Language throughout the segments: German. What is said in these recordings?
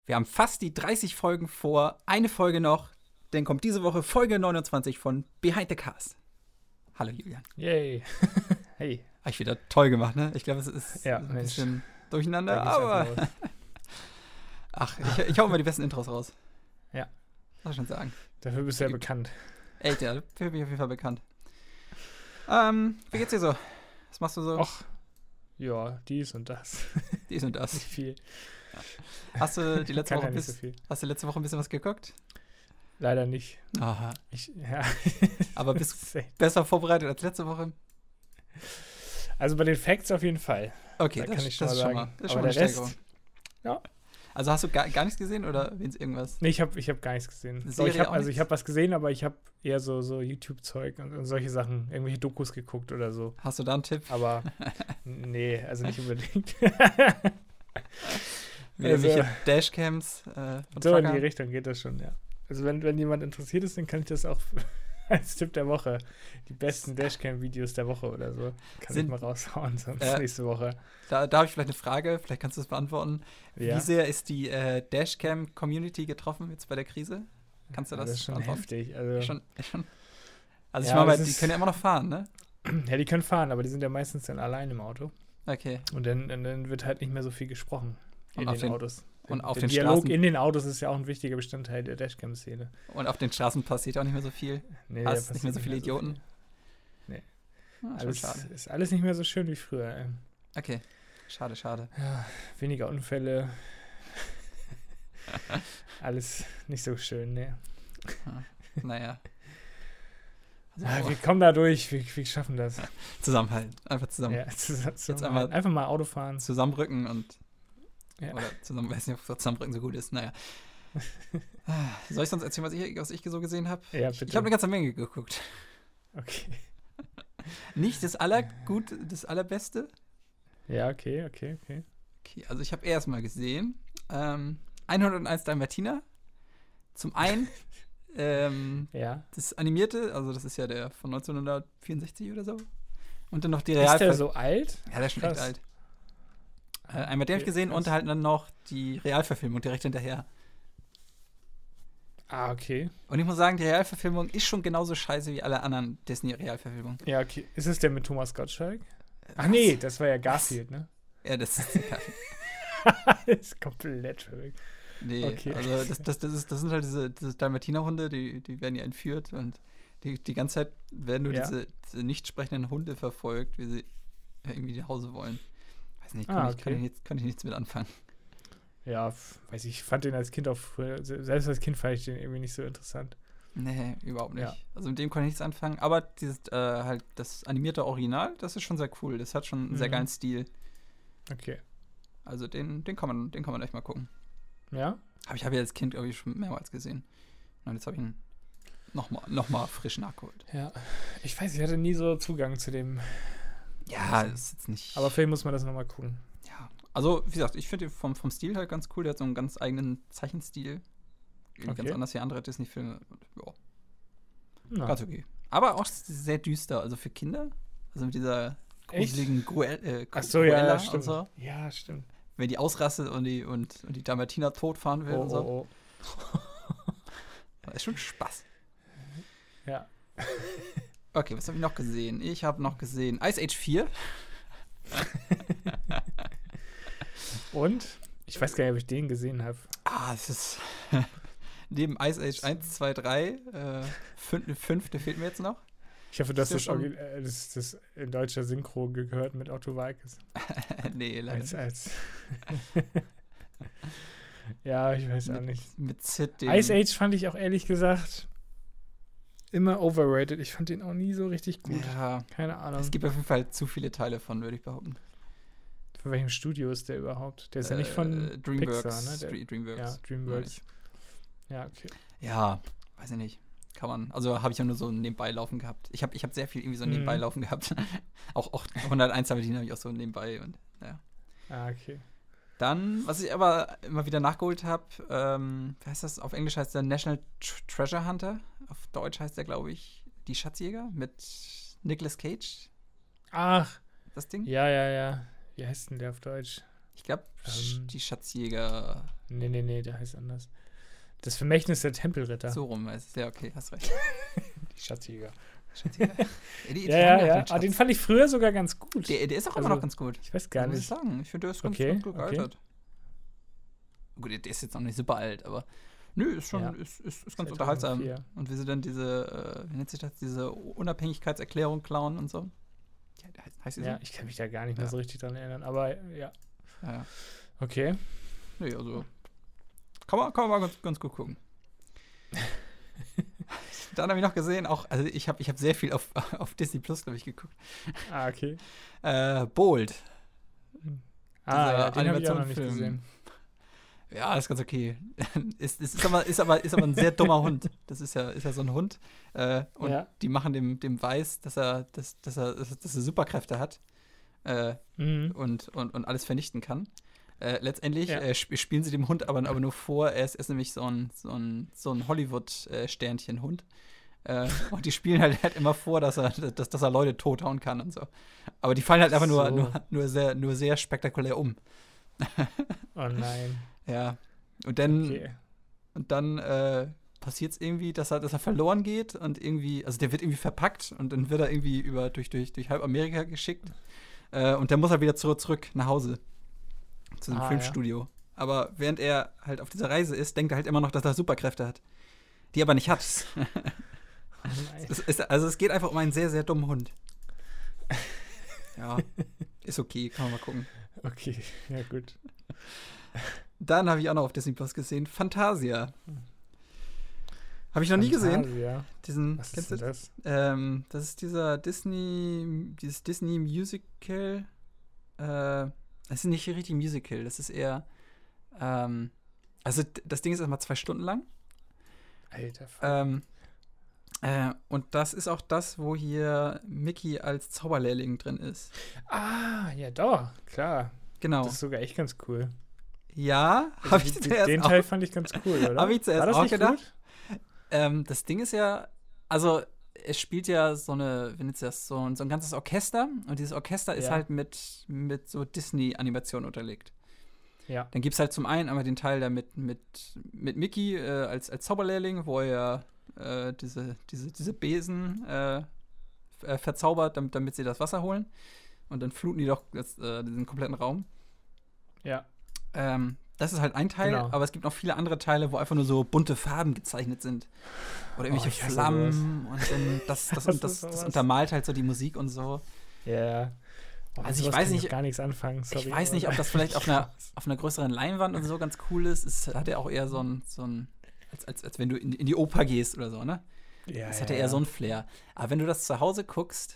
Wir haben fast die 30 Folgen vor. Eine Folge noch. Dann kommt diese Woche Folge 29 von Behind the Cast. Hallo Julian. Yay. Hey. Habe ich wieder toll gemacht, ne? Ich glaube, es ist Ja, ein Mensch. bisschen durcheinander, Da geht's aber einfach los. ach, ich hau immer die besten Intros raus. Ja. Muss ich schon sagen. Dafür bist du ja bekannt. Echt, ja, dafür bin ich auf jeden Fall bekannt. Wie geht's dir so? Was machst du so? Och, ja, dies und das. Dies und das. Nicht viel. Hast du die letzte Kann Woche ja nicht so viel. hast du letzte Woche ein bisschen was geguckt? Leider nicht. Aha. Ja. Aber bist du besser vorbereitet als letzte Woche? Also bei den Facts auf jeden Fall. Okay, Da kann ich schon das mal ist schon sagen. mal, das ist Aber schon mal eine der Rest, Steigerung. ja. Also hast du gar nichts gesehen oder wenigstens irgendwas? Nee, ich hab gar nichts gesehen. Doch, Serie auch ich nichts? habe was gesehen, aber ich habe eher so YouTube-Zeug und solche Sachen, irgendwelche Dokus geguckt oder so. Hast du da einen Tipp? Aber nee, also nicht unbedingt. Welche Dashcams von So in die Trucker? Richtung geht das schon, ja. Also wenn jemand interessiert ist, dann kann ich das auch als Tipp der Woche, die besten Dashcam-Videos der Woche oder so, kann ich mal raushauen, sonst nächste Woche. Da habe ich vielleicht eine Frage, vielleicht kannst du es beantworten. Ja. Wie sehr ist die Dashcam-Community getroffen jetzt bei der Krise? Kannst du das Das ist schon beantworten? heftig. Also, Schon. Also Ja, ich meine, das die ist- können ja immer noch fahren, ne? ja, die können fahren, aber die sind ja meistens dann allein im Auto. Okay. Und dann wird halt nicht mehr so viel gesprochen Und in auf den den- Autos. und auf der den Dialog Straßen- in den Autos ist ja auch ein wichtiger Bestandteil der Dashcam-Szene. Und auf den Straßen passiert auch nicht mehr so viel. Nee, Hast da nicht mehr so passiert viele Idioten? Nee. Ah, schon Alles, schade. ist alles nicht mehr so schön wie früher. Okay. Schade. Ja, weniger Unfälle. Alles nicht so schön, ne? Naja. Wir kommen da durch, wir schaffen das. Zusammenhalten. Einfach zusammen. Ja, Jetzt einfach mal Auto fahren. Zusammenrücken und Ja. oder zusammen, weiß nicht, ob zusammenrücken so gut ist. Naja. Soll ich sonst erzählen, was ich so gesehen habe? Ja, Ich bitte. habe eine ganze Menge geguckt. Okay. Nicht das das Allerbeste. Ja, okay. Okay, also ich habe erstmal gesehen 101 Dalmatiner. Zum einen Ja. das Animierte, also das ist ja der von 1964 oder so. Und dann noch die Ist der Realverfilmung. so alt? Ja, der ist schon echt Krass. alt. Einmal den habe ich gesehen krass. und halt dann noch die Realverfilmung direkt hinterher. Ah, okay. Und ich muss sagen, die Realverfilmung ist schon genauso scheiße wie alle anderen Disney-Realverfilmungen. Ja, okay. Ist es der mit Thomas Gottschalk? Ach nee, das war ja Garfield, ne? Ja, das ist Das ist komplett verrückt. nee, Okay. also das sind halt diese Dalmatiner-Hunde, die werden ja entführt und die ganze Zeit werden nur Ja. diese nicht sprechenden Hunde verfolgt, wie sie irgendwie nach Hause wollen. Weiß nicht, Ah, kann ich nichts mit anfangen. Ja, weiß ich fand den als Kind auch früher, selbst als Kind fand ich den irgendwie nicht so interessant. Nee, überhaupt nicht. Ja. Also mit dem konnte ich nichts anfangen, aber dieses halt das animierte Original, das ist schon sehr cool. Das hat schon einen sehr Mhm. geilen Stil. Okay. Also den kann man echt mal gucken. Ja? Aber ich habe ja als Kind, glaube ich, schon mehrmals gesehen. Und jetzt habe ich ihn noch mal frisch nachgeholt. Ja. Ich weiß, ich hatte nie so Zugang zu dem. Ja, das ist jetzt nicht. Aber vielleicht muss man das nochmal gucken. ja. Also, wie gesagt, ich finde den vom Stil halt ganz cool. Der hat so einen ganz eigenen Zeichenstil. Irgendwie ganz Okay. anders wie andere Disney-Filme. Ja, Na, ganz okay. Aber auch sehr düster. Also für Kinder. Also mit dieser Echt? gruseligen Ach so, ja, Cruella stimmt. und so. Ja, stimmt. Wenn die ausrastet und die Dalmatiner totfahren will und so. Oh. Das ist schon Spaß. Ja. Okay, was habe ich noch gesehen? Ich habe noch gesehen Ice Age 4. Und? Ich weiß gar nicht, ob ich den gesehen habe. Es ist neben Ice Age 1, 2, 3, fünfte fehlt mir jetzt noch. Ich hoffe, du hast Ist ja das in deutscher Synchro gehört mit Otto Walkes. Nee, leider nicht. Als. Ja, ich weiß auch nicht. Mit Sid, Ice Age fand ich auch ehrlich gesagt immer overrated. Ich fand den auch nie so richtig gut. Ja, Keine Ahnung. es gibt auf jeden Fall zu viele Teile von, würde ich behaupten. Von welchem Studio ist der überhaupt? Der ist ja nicht von DreamWorks. Pixar, ne? DreamWorks. Ja, DreamWorks. Ja, okay. Ja, weiß ich nicht. Kann man. Also habe ich ja nur so nebenbei laufen gehabt. Ich hab sehr viel irgendwie so nebenbei laufen gehabt. auch 101 Dalmatiner habe ich auch so nebenbei und ja. Ah, okay. Dann, was ich aber immer wieder nachgeholt habe, wie heißt das? Auf Englisch heißt der National Treasure Hunter. Auf Deutsch heißt der, glaube ich, Die Schatzjäger mit Nicolas Cage. Ach, Das Ding. ja. Wie heißt denn der auf Deutsch? Ich glaube, die Schatzjäger. Nee, der heißt anders. Das Vermächtnis der Tempelritter. So rum heißt es. Ja, okay, hast recht. Die Schatzjäger. Ja. Den fand ich früher sogar ganz gut. Der ist auch immer noch ganz gut. Ich weiß gar nicht. Muss ich sagen. Ich finde, der ist ganz gut gealtert. Gut, der ist jetzt noch nicht super alt, aber ist schon ist ganz unterhaltsam. Und wie sie dann diese, wie nennt sich das, diese Unabhängigkeitserklärung klauen und so. Ja, heißt die so? Ja, ich kann mich da gar nicht mehr so richtig dran erinnern, aber ja. Ja. Okay. Nee, also kann man mal ganz gut gucken. Dann habe ich noch gesehen, also ich hab sehr viel auf Disney Plus, glaube ich, geguckt. Ah, okay. Bold. Den habe ich auch noch nicht gesehen. Ja, ist ganz okay. ist aber ein sehr dummer Hund. Das ist ja so ein Hund. Und die machen dem weiß, dass er Superkräfte hat. Und alles vernichten kann. Letztendlich spielen sie dem Hund aber nur vor, er ist nämlich so ein Hollywood-Sternchen-Hund. Und die spielen halt immer vor, dass er Leute tothauen kann und so. Aber die fallen halt einfach nur sehr spektakulär um. Oh nein. Ja. Und dann passiert es irgendwie, dass er verloren geht und irgendwie, also der wird irgendwie verpackt und dann wird er irgendwie durch halb Amerika geschickt. Und dann muss er wieder zurück nach Hause. Zu einem Filmstudio. Ja. Aber während er halt auf dieser Reise ist, denkt er halt immer noch, dass er Superkräfte hat. Die er aber nicht hat. Oh nein. Es geht einfach um einen sehr, sehr dummen Hund. Ja, ist okay, kann man mal gucken. Okay, ja gut. Dann habe ich auch noch auf Disney Plus gesehen, Fantasia. Habe ich noch nie gesehen. Was ist das? Das ist dieses Disney Musical. Das ist nicht richtig Musical, das ist eher, also das Ding ist erstmal 2 Stunden lang. Alter. Und das ist auch das, wo hier Mickey als Zauberlehrling drin ist. Ah, ja doch, klar. Genau. Das ist sogar echt ganz cool. Ja, also habe ich zuerst Den Teil fand ich ganz cool, oder? Habe ich zuerst auch gedacht. Das Ding ist ja, also es spielt ja so ein ganzes Orchester und dieses Orchester ist halt mit so Disney-Animationen unterlegt. Ja. Dann gibt es halt zum einen einmal den Teil da mit Mickey als Zauberlehrling, wo er diese Besen verzaubert, damit sie das Wasser holen. Und dann fluten die doch diesen kompletten Raum. Ja. Das ist halt ein Teil, aber es gibt noch viele andere Teile, wo einfach nur so bunte Farben gezeichnet sind. Oder irgendwelche Flammen und dann das untermalt halt so die Musik und so. Ja. Yeah. Also ich weiß nicht, gar nichts anfangen. Sorry, ich weiß nicht, ob das vielleicht auf einer größeren Leinwand und so ganz cool ist. Es hat ja auch eher so ein als wenn du in die Oper gehst oder so, ne? Ja, das hat ja eher so ein Flair. Aber wenn du das zu Hause guckst,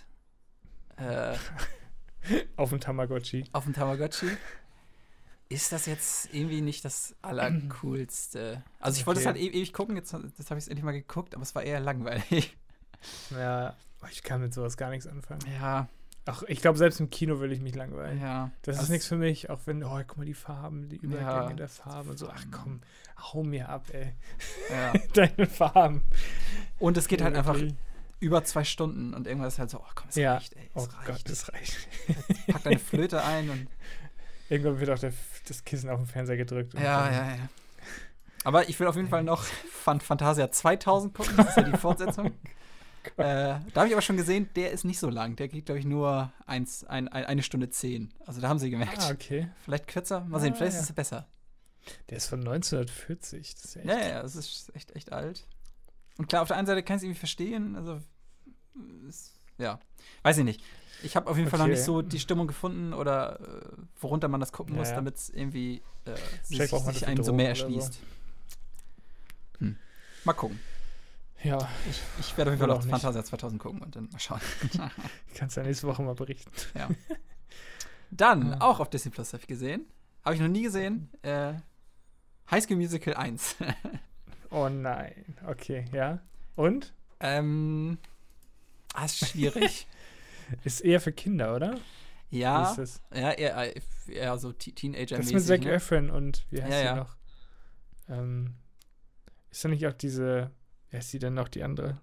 auf dem Tamagotchi, ist das jetzt irgendwie nicht das Allercoolste. Also ich wollte es halt ewig gucken, jetzt habe ich es endlich mal geguckt, aber es war eher langweilig. Ja, ich kann mit sowas gar nichts anfangen. Ja. Ach, ich glaube, selbst im Kino will ich mich langweilen. Ja. Das ist nichts für mich, auch wenn, guck mal, die Farben, die Übergänge der Farben und so. Ach komm, hau mir ab, ey. Ja. Deine Farben. Und es geht halt einfach über 2 Stunden und irgendwas ist halt so, komm, es reicht, ey. Gott, das reicht. Pack deine Flöte ein und irgendwann wird auch das Kissen auf den Fernseher gedrückt. Ja. Aber ich will auf jeden Fall noch Fantasia 2000 gucken, das ist ja die Fortsetzung. Da habe ich aber schon gesehen, der ist nicht so lang. Der geht, glaube ich, nur 1 Stunde 10. Also da haben sie gemerkt. Ah, okay. Vielleicht kürzer. Mal sehen, vielleicht ist es besser. Der ist von 1940. Das ist ja echt ja, das ist echt alt. Und klar, auf der einen Seite kann ich es irgendwie verstehen. Also, weiß ich nicht. Ich habe auf jeden Fall noch nicht so die Stimmung gefunden oder worunter man das gucken muss, damit es irgendwie sich einem so mehr erschließt. So. Mal gucken. Ja. Ich werde auf jeden Fall auf Fantasia 2000 gucken und dann mal schauen. Kannst ja nächste Woche mal berichten. Ja. Dann, auch auf Disney Plus habe ich gesehen. Habe ich noch nie gesehen. High School Musical 1. Oh nein. Okay, ja. Und? Ist schwierig. Ist eher für Kinder, oder? Ja. Wie ist das? Ja, eher so Teenager-mäßig. Das ist mit Zac Efron und wie heißt sie noch? Ist da nicht auch diese, wer ist sie denn noch, die andere?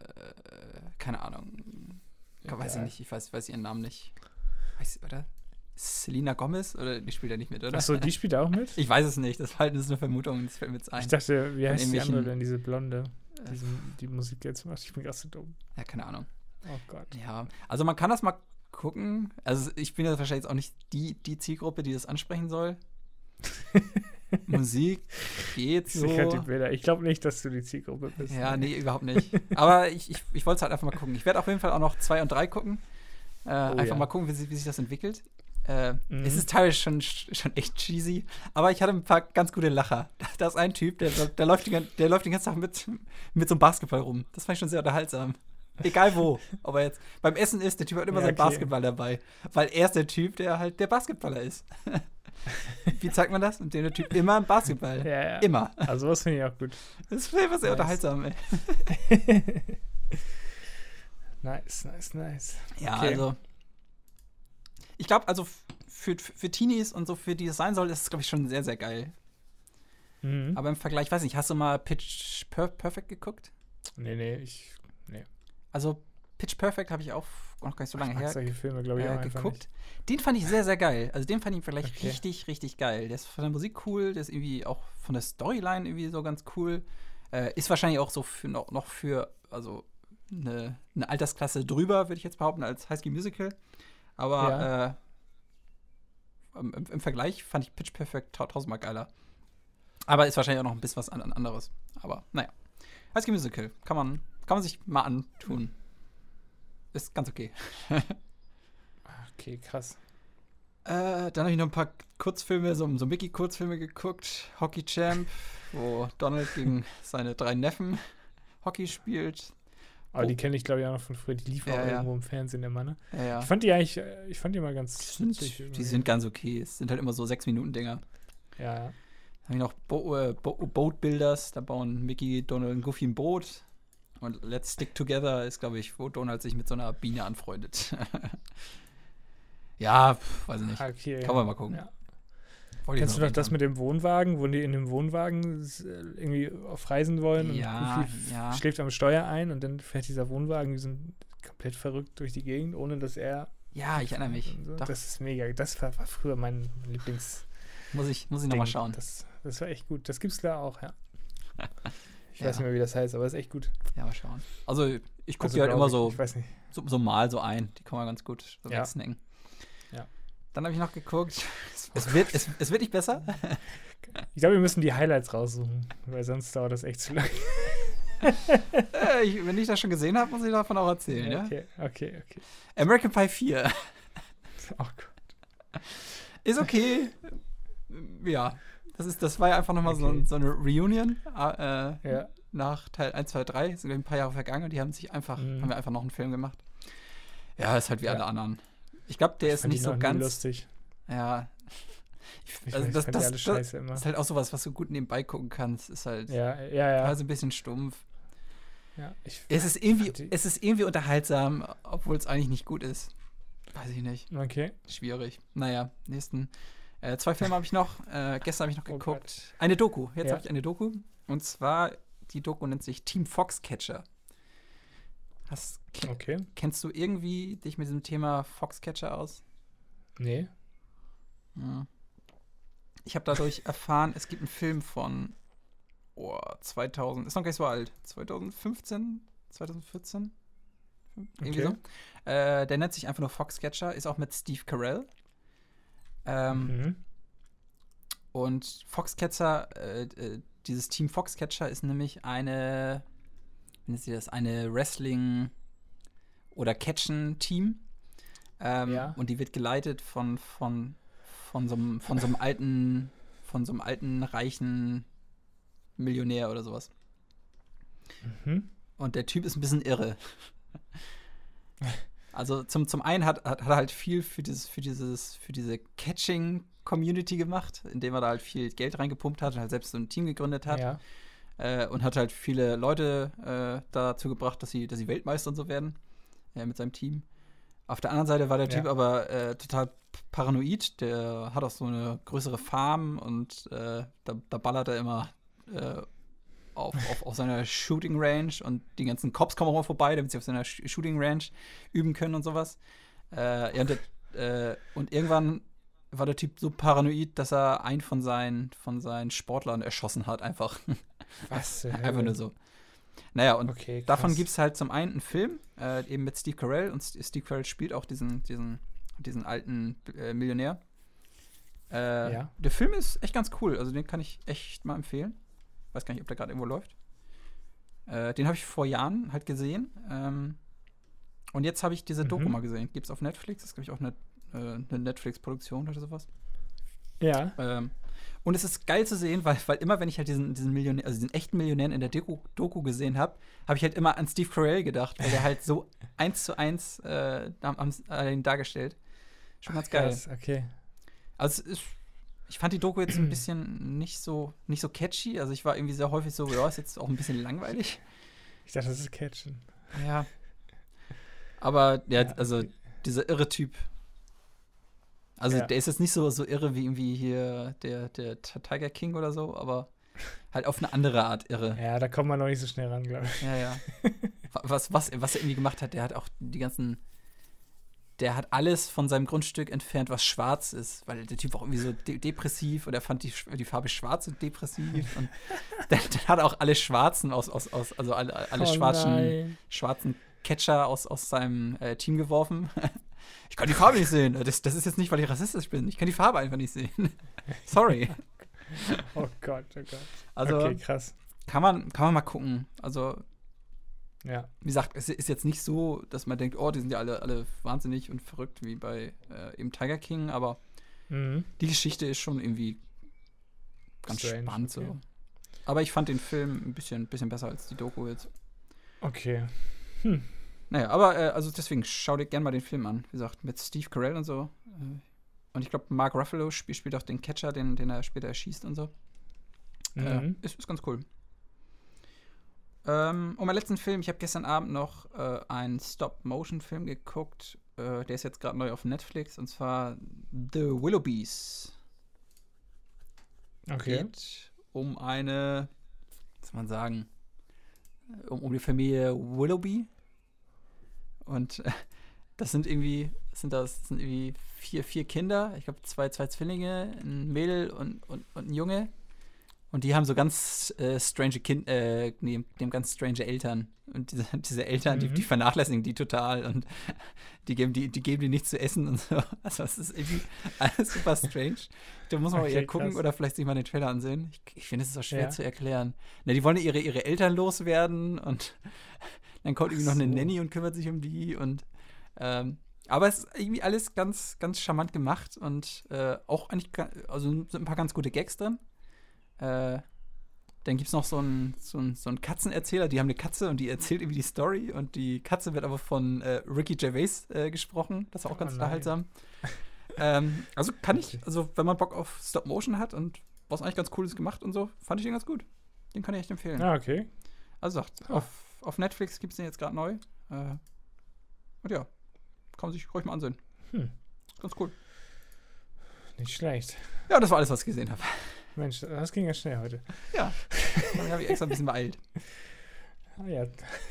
Keine Ahnung. Weiß ich nicht. Ich weiß ihren Namen nicht. Weiß sie, oder? Selena Gomez, oder die spielt ja nicht mit, oder? Achso, die spielt auch mit? Ich weiß es nicht, das ist eine Vermutung, das fällt mir jetzt ein. Ich dachte, wie heißt die andere denn, diese Blonde, die Musik jetzt macht? Ich bin gerade so dumm. Ja, keine Ahnung. Oh Gott. Ja, also man kann das mal gucken. Also ich bin ja wahrscheinlich jetzt auch nicht die Zielgruppe, die das ansprechen soll. Musik geht so. Ich glaube nicht, dass du die Zielgruppe bist. Ja, nee, überhaupt nicht. Aber ich wollte es halt einfach mal gucken. Ich werde auf jeden Fall auch noch 2 und 3 gucken. Einfach mal gucken, wie sich das entwickelt. Es ist teilweise schon echt cheesy, aber ich hatte ein paar ganz gute Lacher. Da ist ein Typ, der läuft den ganzen Tag mit so einem Basketball rum. Das fand ich schon sehr unterhaltsam. Egal wo. Ob er jetzt beim Essen ist, der Typ hat immer sein Basketball dabei. Weil er ist der Typ, der halt der Basketballer ist. Wie zeigt man das? Und der Typ immer ein Basketball. Ja. Immer. Also das finde ich auch gut. Das ist einfach sehr unterhaltsam, ey. Nice. Ja, okay. Also ich glaube, also für Teenies und so, für die es sein soll, ist es, glaube ich, schon sehr, sehr geil. Mhm. Aber im Vergleich, weiß nicht, hast du mal Pitch Perfect geguckt? Nee. Also Pitch Perfect habe ich auch noch gar nicht so lange her solche Filme, glaube ich, auch geguckt. Den fand ich sehr, sehr geil. Also den fand ich vielleicht richtig, richtig geil. Der ist von der Musik cool, der ist irgendwie auch von der Storyline irgendwie so ganz cool. Ist wahrscheinlich auch so noch für also eine Altersklasse drüber, würde ich jetzt behaupten, als High School Musical. Aber im Vergleich fand ich Pitch Perfect 1000-mal geiler. Aber ist wahrscheinlich auch noch ein bisschen was anderes. Aber naja. High School Musical kann man sich mal antun. Ist ganz okay. Okay, krass. Dann habe ich noch ein paar Kurzfilme, so Mickey-Kurzfilme geguckt. Hockey Champ, wo Donald gegen seine 3 Neffen Hockey spielt. Aber die kenne ich, glaube ich, auch noch von früher. Die liefen auch irgendwo im Fernsehen immer, ne? Ja. Ich fand die mal ganz lustig. Die sind ganz okay. Es sind halt immer so 6-Minuten-Dinger. Ja. Dann habe ich noch Boat Builders. Da bauen Mickey, Donald und Goofy ein Boot. Und Let's Stick Together ist, glaube ich, wo Donald sich mit so einer Biene anfreundet. Ja, weiß ich nicht. Okay, kann man mal gucken. Ja. Kennst du noch das mit dem Wohnwagen, wo die in dem Wohnwagen irgendwie auf Reisen wollen und Goofy schläft am Steuer ein und dann fährt dieser Wohnwagen, die sind komplett verrückt durch die Gegend, ohne dass er... Ja, ich erinnere mich. So. Das ist mega. Das war früher mein Lieblings... Muss ich nochmal schauen. Das war echt gut. Das gibt's da auch, ja. Ich weiß nicht mehr, wie das heißt, aber ist echt gut. Ja, mal schauen. Also, ich gucke die halt immer so, ich weiß nicht. so mal so ein. Die kann man ganz gut so wegsnacken. Ja. Dann habe ich noch geguckt. Es wird nicht besser. Ich glaube, wir müssen die Highlights raussuchen, weil sonst dauert das echt zu lange. Wenn ich das schon gesehen habe, muss ich davon auch erzählen, ja? Okay. American Pie 4. Oh Gott. Ist okay. Ja. Das war ja einfach nochmal so eine Reunion nach Teil 1, 2, 3. Sind ein paar Jahre vergangen und die haben wir einfach noch einen Film gemacht. Ja, ist halt wie alle anderen. Ich glaube, der ist nicht so ganz lustig. Ja. Das ist halt auch sowas, was du gut nebenbei gucken kannst. Ist halt also ein bisschen stumpf. Ja, es ist irgendwie unterhaltsam, obwohl es eigentlich nicht gut ist. Weiß ich nicht. Okay. Schwierig. Naja, nächsten 2 Filme habe ich noch. Gestern habe ich noch geguckt. Eine Doku. Jetzt habe ich eine Doku. Und zwar, die Doku nennt sich Team Foxcatcher. Kennst du irgendwie dich mit diesem Thema Foxcatcher aus? Nee. Ja. Ich habe dadurch erfahren, es gibt einen Film von 2000, ist noch gar nicht so alt, 2015, 2014? Irgendwie so. Der nennt sich einfach nur Foxcatcher, ist auch mit Steve Carell. Und Foxcatcher, dieses Team Foxcatcher ist nämlich eine Wrestling- oder Catchen-Team. Und die wird geleitet von so einem alten reichen Millionär oder sowas. Und der Typ ist ein bisschen irre. Also zum einen hat er halt viel für diese Catching-Community gemacht, indem er da halt viel Geld reingepumpt hat und halt selbst so ein Team gegründet hat. Ja. Und hat halt viele Leute dazu gebracht, dass sie Weltmeister und so werden mit seinem Team. Auf der anderen Seite war der Typ aber total paranoid. Der hat auch so eine größere Farm und da ballert er immer auf seiner Shooting Range und die ganzen Cops kommen auch mal vorbei, damit sie auf seiner Shooting Range üben können und sowas. Und Und irgendwann war der Typ so paranoid, dass er einen von seinen Sportlern erschossen hat, einfach. Was? Einfach nur so. Naja, und davon gibt es halt zum einen einen Film, eben mit Steve Carell. Und Steve Carell spielt auch diesen alten Millionär. Der Film ist echt ganz cool. Also den kann ich echt mal empfehlen. Weiß gar nicht, ob der gerade irgendwo läuft. Den habe ich vor Jahren halt gesehen. Und jetzt habe ich diese Doku mal gesehen. Gibt's auf Netflix. Das ist, glaube ich, auch eine Netflix-Produktion oder sowas. Ja. Und es ist geil zu sehen, weil immer, wenn ich halt diesen Millionär, also diesen echten Millionären in der Doku gesehen habe, habe ich halt immer an Steve Carell gedacht, weil der halt so 1:1 dargestellt. Schon ganz geil. Krass, okay. Also ich fand die Doku jetzt ein bisschen nicht so catchy. Also ich war irgendwie sehr häufig so, ja, ist jetzt auch ein bisschen langweilig. Ich dachte, das ist Catchen. Ja. Aber also dieser irre Typ. Also der ist jetzt nicht so irre wie irgendwie hier der Tiger King oder so, aber halt auf eine andere Art irre. Ja, da kommt man noch nicht so schnell ran, glaube ich. Ja. Was er irgendwie gemacht hat, der hat auch der hat alles von seinem Grundstück entfernt, was schwarz ist, weil der Typ auch irgendwie so depressiv und er fand die Farbe schwarz und depressiv und dann hat er auch alle Schwarzen also alle schwarzen Catcher aus seinem Team geworfen. Ich kann die Farbe nicht sehen. Das ist jetzt nicht, weil ich rassistisch bin. Ich kann die Farbe einfach nicht sehen. Sorry. Oh Gott. Also, okay, krass. Kann man mal gucken. Also, ja. Wie gesagt, es ist jetzt nicht so, dass man denkt, oh, die sind ja alle wahnsinnig und verrückt wie bei eben Tiger King, aber die Geschichte ist schon irgendwie ganz spannend. Okay. So. Aber ich fand den Film ein bisschen besser als die Doku jetzt. Okay. Naja, aber also deswegen schau dir gerne mal den Film an. Wie gesagt, mit Steve Carell und so. Und ich glaube, Mark Ruffalo spielt auch den Catcher, den er später erschießt und so. Ist ganz cool. Und mein letzten Film, ich habe gestern Abend noch einen Stop-Motion-Film geguckt. Der ist jetzt gerade neu auf Netflix. Und zwar The Willoughbys. Okay. Geht um eine, was soll man sagen, um die Familie Willoughby. Und das sind irgendwie vier Kinder. Ich glaube, zwei Zwillinge, ein Mädel und ein Junge. Und die haben so ganz strange die haben ganz strange Eltern. Und diese Eltern, die vernachlässigen die total und die geben die nichts zu essen und so. Also es ist irgendwie alles super strange. Da muss man mal eher gucken oder vielleicht sich mal den Trailer ansehen. Ich finde, es ist auch schwer zu erklären. Na, die wollen ihre Eltern loswerden und dann kommt irgendwie noch eine Nanny und kümmert sich um die und aber es ist irgendwie alles ganz, ganz charmant gemacht und auch eigentlich, also sind ein paar ganz gute Gags drin. Dann gibt es noch so einen Katzenerzähler, die haben eine Katze und die erzählt irgendwie die Story und die Katze wird aber von Ricky Gervais gesprochen. Das ist auch ganz unterhaltsam. Also wenn man Bock auf Stop-Motion hat und was eigentlich ganz Cooles gemacht und so, fand ich den ganz gut. Den kann ich echt empfehlen. Ah, okay. Also auf Netflix gibt es den jetzt gerade neu. Und ja, kann man sich ruhig mal ansehen. Ganz cool. Nicht schlecht. Ja, das war alles, was ich gesehen habe. Mensch, das ging ja schnell heute. Ja, dann habe ich extra ein bisschen beeilt. Ah ja.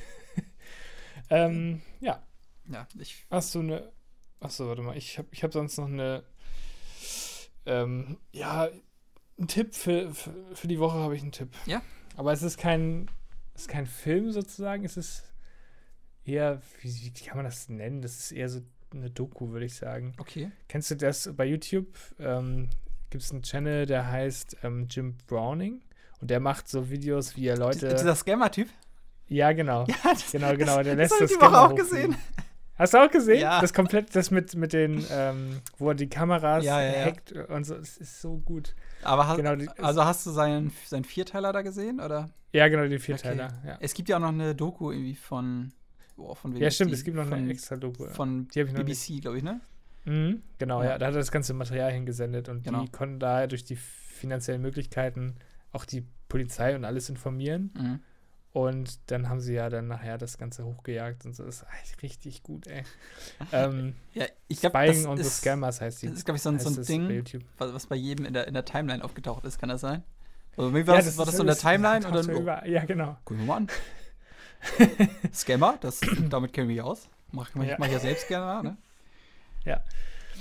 Ja. Ja, Hast du eine. Achso, warte mal. Ich hab sonst noch eine. Einen Tipp für die Woche habe ich einen Tipp. Ja. Aber es ist kein Film sozusagen. Es ist eher, wie kann man das nennen? Das ist eher so eine Doku, würde ich sagen. Okay. Kennst du das bei YouTube? Gibt es einen Channel, der heißt Jim Browning und der macht so Videos, wie er Leute. Dieser Scammer-Typ? Ja, genau. Ja, genau. Der lässt das die Woche auch gesehen. Hast du auch gesehen? Ja. Das komplett, das mit den, wo er die Kameras hackt und so. Es ist so gut. Aber hast du seinen Vierteiler da gesehen, oder? Ja, genau, den Vierteiler. Okay. Ja. Es gibt ja auch noch eine Doku irgendwie von wem? Ja, stimmt, es gibt noch eine extra Doku. Von BBC, glaube ich, ne? Genau, ja, da hat er das ganze Material hingesendet und die konnten da durch die finanziellen Möglichkeiten auch die Polizei und alles informieren. Und dann haben sie ja dann nachher das Ganze hochgejagt und so. Das ist echt richtig gut, ey. Ja, ich glaube, Spying on the Scammers heißt die. Das ist, glaube ich, so ein Ding, was bei jedem in der Timeline aufgetaucht ist, kann das sein? Also, war das so in der Timeline? Oder? Ja, genau. Gucken wir mal an. Scammer, damit kennen wir mich aus. Mach ich ja selbst gerne, ne? Ja.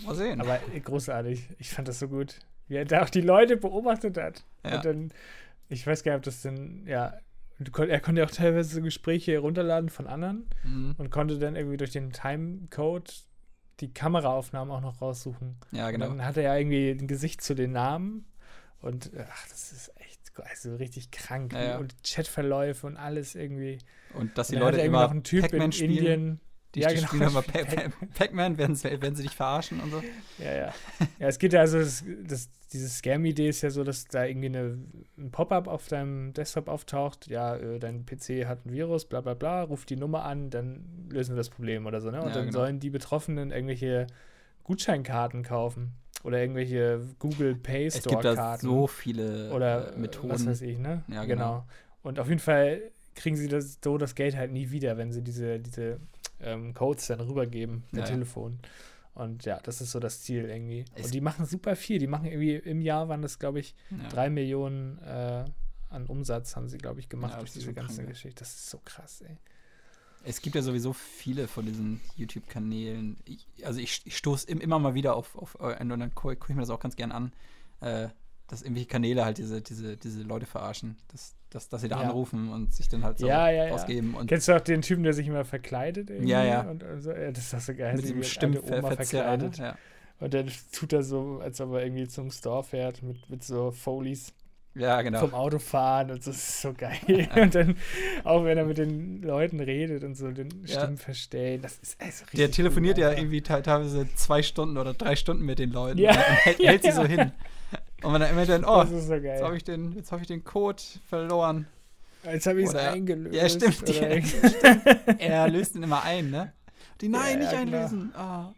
Mal sehen. Aber großartig. Ich fand das so gut. Wie er da auch die Leute beobachtet hat. Ja. Und dann, ich weiß gar nicht, ob das denn, er konnte auch teilweise so Gespräche runterladen von anderen und konnte dann irgendwie durch den Timecode die Kameraaufnahmen auch noch raussuchen. Ja, genau. Und dann hatte er irgendwie ein Gesicht zu den Namen und das ist echt also richtig krank. Ja. Und Chatverläufe und alles irgendwie. Und dass die Leute immer noch einen Typ Pac-Man in Indien. Die spielen immer Pac-Man, werden sie dich verarschen und so. Ja, es geht ja also, diese Scam-Idee ist ja so, dass da irgendwie ein Pop-up auf deinem Desktop auftaucht, ja, dein PC hat ein Virus, bla bla bla, ruft die Nummer an, dann lösen wir das Problem oder so, ne? Und dann sollen die Betroffenen irgendwelche Gutscheinkarten kaufen oder irgendwelche Google Pay Store-Karten. Es gibt da so viele oder Methoden. Was weiß ich, ne? Ja, genau. Und auf jeden Fall kriegen sie das Geld halt nie wieder, wenn sie diese Codes dann rübergeben per Telefon. Und ja, das ist so das Ziel irgendwie. Und die machen super viel. Die machen irgendwie, im Jahr waren das, glaube ich, 3 Millionen an Umsatz haben sie, glaube ich, gemacht durch diese ganze Geschichte. Das ist so krass, ey. Es gibt ja sowieso viele von diesen YouTube-Kanälen. Ich stoße immer mal wieder auf und dann gucke ich mir das auch ganz gern an, dass irgendwelche Kanäle halt diese Leute verarschen. Dass sie da anrufen und sich dann halt so ausgeben. Und kennst du auch den Typen, der sich immer verkleidet? Irgendwie? Ja. Und so? Ja, das ist doch so geil. Mit diesem Stimmverkleidet. Ja. Und dann tut er so, als ob er irgendwie zum Store fährt mit so Folies. Ja, genau. Vom Autofahren und so, das ist so geil. Und dann, auch wenn er mit den Leuten redet und so, den Stimmen verstehen, das ist also richtig. Der telefoniert gut, irgendwie teilweise 2 Stunden oder 3 Stunden mit den Leuten und hält sie so hin. Und man dann immer dann, das ist so geil. Jetzt habe ich den Code verloren. Jetzt habe ich es eingelöst. Ja, stimmt. Er löst ihn immer ein, ne? Nicht einlösen. Oh.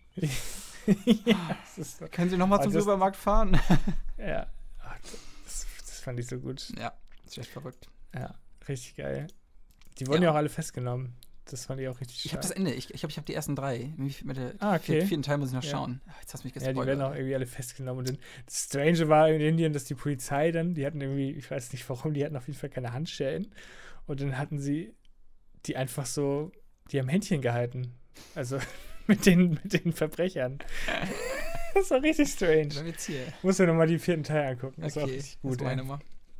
So. Können Sie nochmal zum Supermarkt fahren? Ja. Das fand ich so gut. Ja, das ist echt verrückt. Ja, richtig geil. Die wurden ja auch alle festgenommen. Das fand ich auch richtig stark. Ich habe das Ende. Ich glaube, ich habe die ersten 3. Mit der okay. 4. Teil muss ich noch schauen. Jetzt hast du mich gespoilert. Ja, die werden auch irgendwie alle festgenommen. Und das Strange war in Indien, dass die Polizei dann, die hatten irgendwie, ich weiß nicht warum, die hatten auf jeden Fall keine Handschellen. Und dann hatten sie die einfach so, die haben Händchen gehalten. Also mit den Verbrechern. Das war richtig strange. Muss ja nochmal die 4. Teil angucken. Das ist auch richtig gut. Das meine Nummer.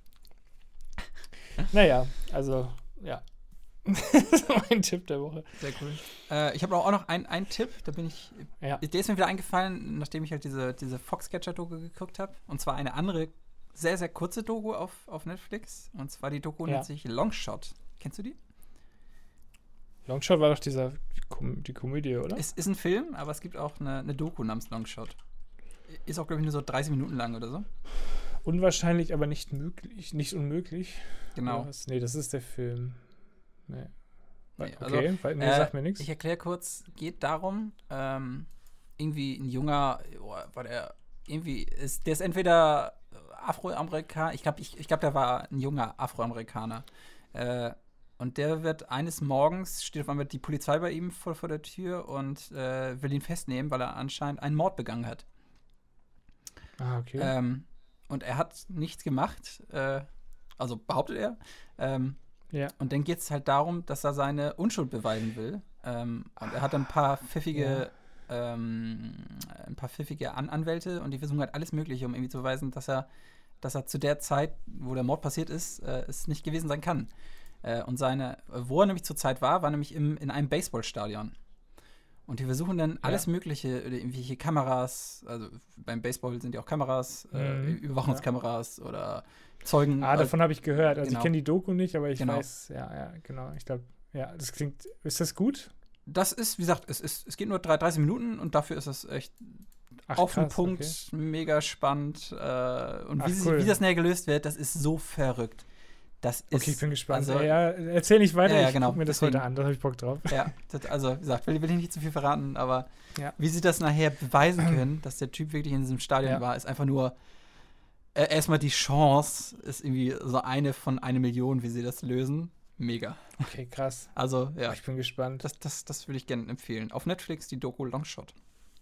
Naja, also, ja. Das ist mein Tipp der Woche. Sehr cool. Ich habe auch noch einen Tipp, der ist mir wieder eingefallen, nachdem ich halt diese Foxcatcher-Doku geguckt habe. Und zwar eine andere, sehr, sehr kurze Doku auf Netflix. Und zwar die Doku nennt sich Longshot. Kennst du die? Longshot war doch die Komödie, oder? Es ist ein Film, aber es gibt auch eine Doku namens Longshot. Ist auch, glaube ich, nur so 30 Minuten lang oder so. Unwahrscheinlich, aber nicht unmöglich. Genau. Nee, das ist der Film. Nee. Okay, sagt mir nichts. Ich erkläre kurz, geht darum, irgendwie ein junger, der ist entweder Afroamerikaner, ich glaube, der war ein junger Afroamerikaner. Und der wird eines Morgens, steht auf einmal die Polizei bei ihm vor der Tür und will ihn festnehmen, weil er anscheinend einen Mord begangen hat. Ah, okay. Und er hat nichts gemacht, also behauptet er. Ja. Und dann geht es halt darum, dass er seine Unschuld beweisen will. Und er hat ein paar pfiffige Anwälte und die versuchen halt alles Mögliche, um irgendwie zu beweisen, dass er zu der Zeit, wo der Mord passiert ist, es nicht gewesen sein kann. Und wo er nämlich zur Zeit war nämlich in einem Baseballstadion. Und die versuchen dann alles Mögliche, irgendwelche Kameras, also beim Baseball sind ja auch Kameras, Überwachungskameras oder Zeugen. Davon habe ich gehört. Also genau. Ich kenne die Doku nicht, aber ich weiß, genau. Ich glaube, das klingt, ist das gut? Das ist, wie gesagt, es geht nur 30 Minuten und dafür ist es echt auf den Punkt, mega spannend. Und wie das näher gelöst wird, das ist so verrückt. Das ist, okay, ich bin gespannt. Also, erzähl nicht weiter, ich gucke mir das heute an, da habe ich Bock drauf. Ja, also wie gesagt, will ich nicht zu viel verraten, aber wie sie das nachher beweisen können, dass der Typ wirklich in diesem Stadion war, ist einfach nur erstmal die Chance, ist irgendwie so eine von 1 Million, wie sie das lösen. Mega. Okay, krass. Also, ja. Ich bin gespannt. Das würde ich gerne empfehlen. Auf Netflix die Doku Longshot.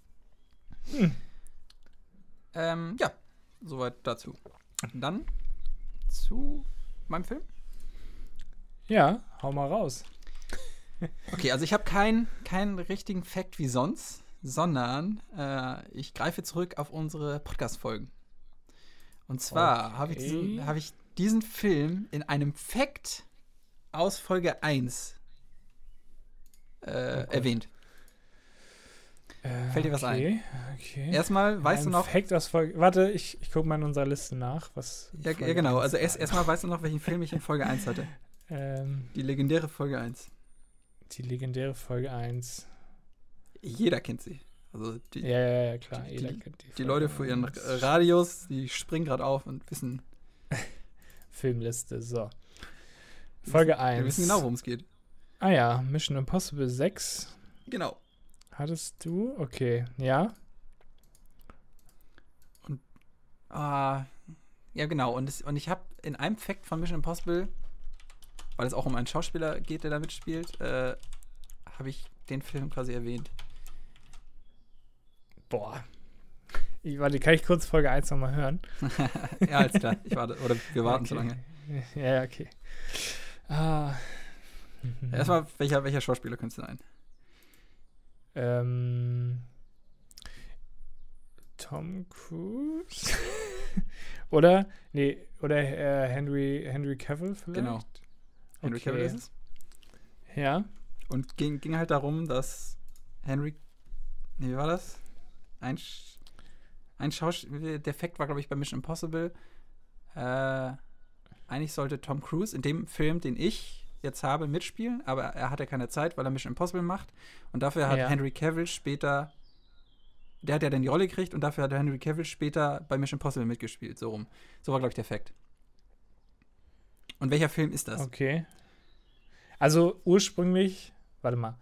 Soweit dazu. Dann zu meinem Film? Ja, hau mal raus. Okay, also ich habe keinen richtigen Fact wie sonst. sondern ich greife zurück auf unsere Podcast-Folgen. Und zwar habe ich diesen Film in einem Fact aus Folge 1 erwähnt. Fällt dir was ein? Okay. Erstmal, weißt du noch... Fact aus Folge... Warte, ich gucke mal in unserer Liste nach, was... Ja, genau. Also erstmal weißt du noch, welchen Film ich in Folge 1 hatte. Die legendäre Folge 1. Die legendäre Folge 1. Jeder kennt sie. Also ja, klar. Jeder kennt die Leute vor ihren Radios, die springen gerade auf und wissen... Filmliste, so. Folge 1. Wir wissen genau, worum es geht. Ah ja, Mission Impossible 6. Genau. Hattest du? Okay, ja. Und, ja genau. Und ich habe in einem Fact von Mission Impossible, weil es auch um einen Schauspieler geht, der da mitspielt, habe ich den Film quasi erwähnt. Boah. Warte, kann ich kurz Folge 1 nochmal hören? Ja, alles klar. Ich warte. Oder wir warten so lange. Ja, okay. Erstmal, welcher Schauspieler könntest du sein? Tom Cruise? oder Henry Cavill vielleicht? Genau. Henry Cavill ist es. Ja. Und ging halt darum, dass wie war das? Ein Schauspieler, der Fact war, glaube ich, bei Mission Impossible. Eigentlich sollte Tom Cruise in dem Film, den ich jetzt habe, mitspielen, aber er hatte keine Zeit, weil er Mission Impossible macht. Und dafür hat Henry Cavill später, der hat ja dann die Rolle gekriegt und dafür hat Henry Cavill später bei Mission Impossible mitgespielt. So rum. So war, glaube ich, der Fact. Und welcher Film ist das? Okay. Also ursprünglich, warte mal.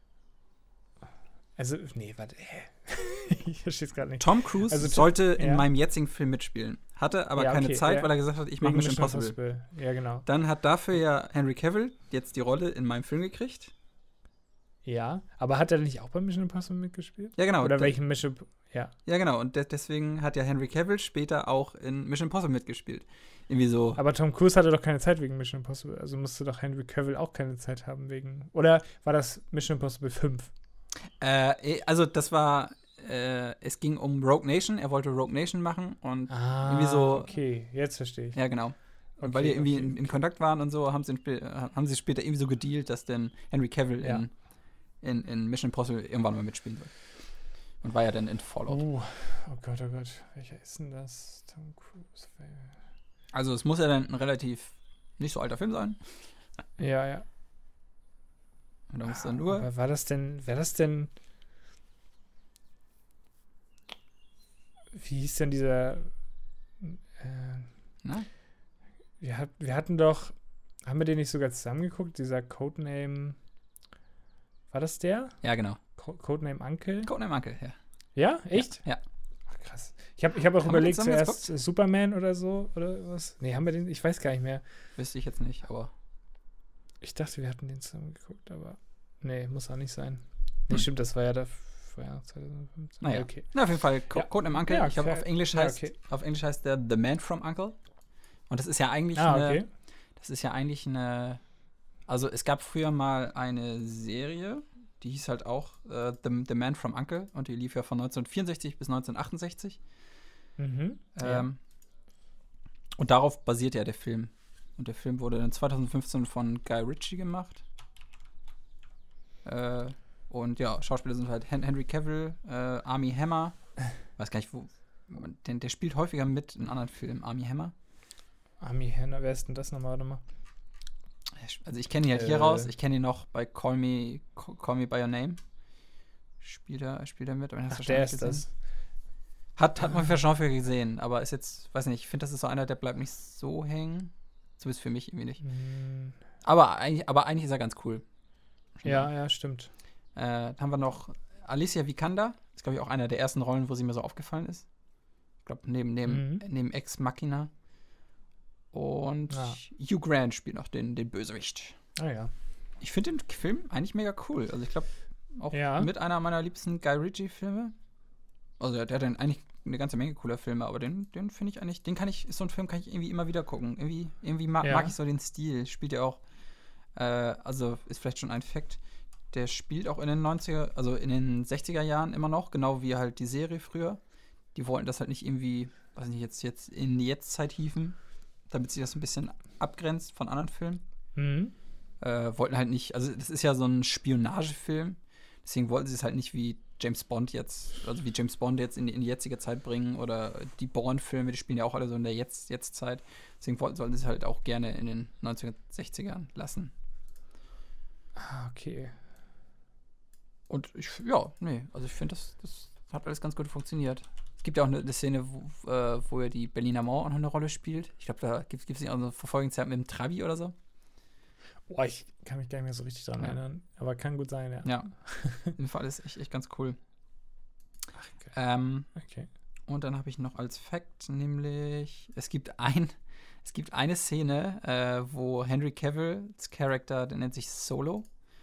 Also, nee, warte. Ich verstehe es gerade nicht. Tom Cruise sollte in meinem jetzigen Film mitspielen. Hatte aber keine Zeit, weil er gesagt hat, ich mache Mission Impossible. Ja, genau. Dann hat dafür ja Henry Cavill jetzt die Rolle in meinem Film gekriegt. Ja, aber hat er nicht auch bei Mission Impossible mitgespielt? Ja, genau. Oder welchen Mission... Ja. Ja, genau. Und deswegen hat ja Henry Cavill später auch in Mission Impossible mitgespielt. Irgendwie so. Aber Tom Cruise hatte doch keine Zeit wegen Mission Impossible. Also musste doch Henry Cavill auch keine Zeit haben wegen... Oder war das Mission Impossible 5? Also das war... es ging um Rogue Nation. Er wollte Rogue Nation machen und irgendwie so. Okay, jetzt verstehe ich. Ja, genau. Und weil die irgendwie in Kontakt waren und so, haben sie später irgendwie so gedealt, dass dann Henry Cavill in Mission Impossible irgendwann mal mitspielen soll. Und war ja dann in Fallout. Oh Gott. Welcher ist denn das? Tom Cruise. Also es muss ja dann ein relativ nicht so alter Film sein. Ja. Und da muss dann nur. Aber wäre das denn wie hieß denn dieser Na? Wir hatten doch, haben wir den nicht sogar zusammengeguckt, dieser Codename, war das der? Ja, genau. Codename Uncle? Codename Uncle, ja. Ja? Echt? Ja. Ach, krass. Ich hab auch überlegt, zuerst Superman oder so, oder was? Nee, haben wir den, ich weiß gar nicht mehr. Wüsste ich jetzt nicht, aber ich dachte, wir hatten den zusammengeguckt, aber nee, muss auch nicht sein. Nee, stimmt, das war ja der 2015. Naja, okay. Na, auf jeden Fall, Codename Uncle. Ja, ich glaube, auf Englisch heißt der The Man from Uncle. Und das ist ja eigentlich also es gab früher mal eine Serie, die hieß halt auch The Man from Uncle und die lief ja von 1964 bis 1968. Und darauf basiert ja der Film. Und der Film wurde dann 2015 von Guy Ritchie gemacht. Und ja, Schauspieler sind halt Henry Cavill, Armie Hammer. Weiß gar nicht, wo. Der spielt häufiger mit in anderen Filmen. Armie Hammer. Armie Hammer, wer ist denn das nochmal? Warte mal. Also ich kenne ihn halt hier raus. Ich kenne ihn noch bei Call Me By Your Name. Spielt er mit. Ach, der ist gesehen. Das. Hat man vielleicht schon häufiger gesehen, aber ist jetzt, weiß nicht, ich finde, das ist so einer, der bleibt nicht so hängen. Zumindest für mich irgendwie nicht. Aber eigentlich ist er ganz cool. Ja, stimmt. Dann haben wir noch Alicia Vikander. Ist, glaube ich, auch einer der ersten Rollen, wo sie mir so aufgefallen ist. Ich glaube, neben Ex Machina. Und Hugh Grant spielt noch den Bösewicht. Ah ja. Ich finde den Film eigentlich mega cool. Also ich glaube, auch mit einer meiner liebsten Guy Ritchie-Filme. Also der hat dann eigentlich eine ganze Menge cooler Filme, aber den finde ich eigentlich, ist so ein Film, kann ich irgendwie immer wieder gucken. Irgendwie mag ich so den Stil. Spielt ja auch, also ist vielleicht schon ein Fact, der spielt auch in den 90er, also in den 60er Jahren immer noch, genau wie halt die Serie früher. Die wollten das halt nicht irgendwie, weiß nicht, jetzt in die Jetztzeit hieven, damit sich das ein bisschen abgrenzt von anderen Filmen. Mhm. Wollten halt nicht, also das ist ja so ein Spionagefilm, deswegen wollten sie es halt nicht wie James Bond jetzt in die jetzige Zeit bringen oder die Bourne-Filme, die spielen ja auch alle so in der Jetztzeit. Deswegen sollten sie es halt auch gerne in den 1960ern lassen. Ah, okay. Und ich finde, das hat alles ganz gut funktioniert. Es gibt ja auch eine Szene, wo ja die Berliner Mauer auch noch eine Rolle spielt. Ich glaube, da gibt es nicht auch so eine Verfolgungszeit mit dem Trabi oder so. Boah, ich kann mich gar nicht mehr so richtig dran erinnern. Aber kann gut sein, ja. Ja, auf jeden Fall ist echt ganz cool. Ach, okay. Okay. Und dann habe ich noch als Fact, nämlich, es gibt eine Szene, wo Henry Cavills Charakter, der nennt sich Solo,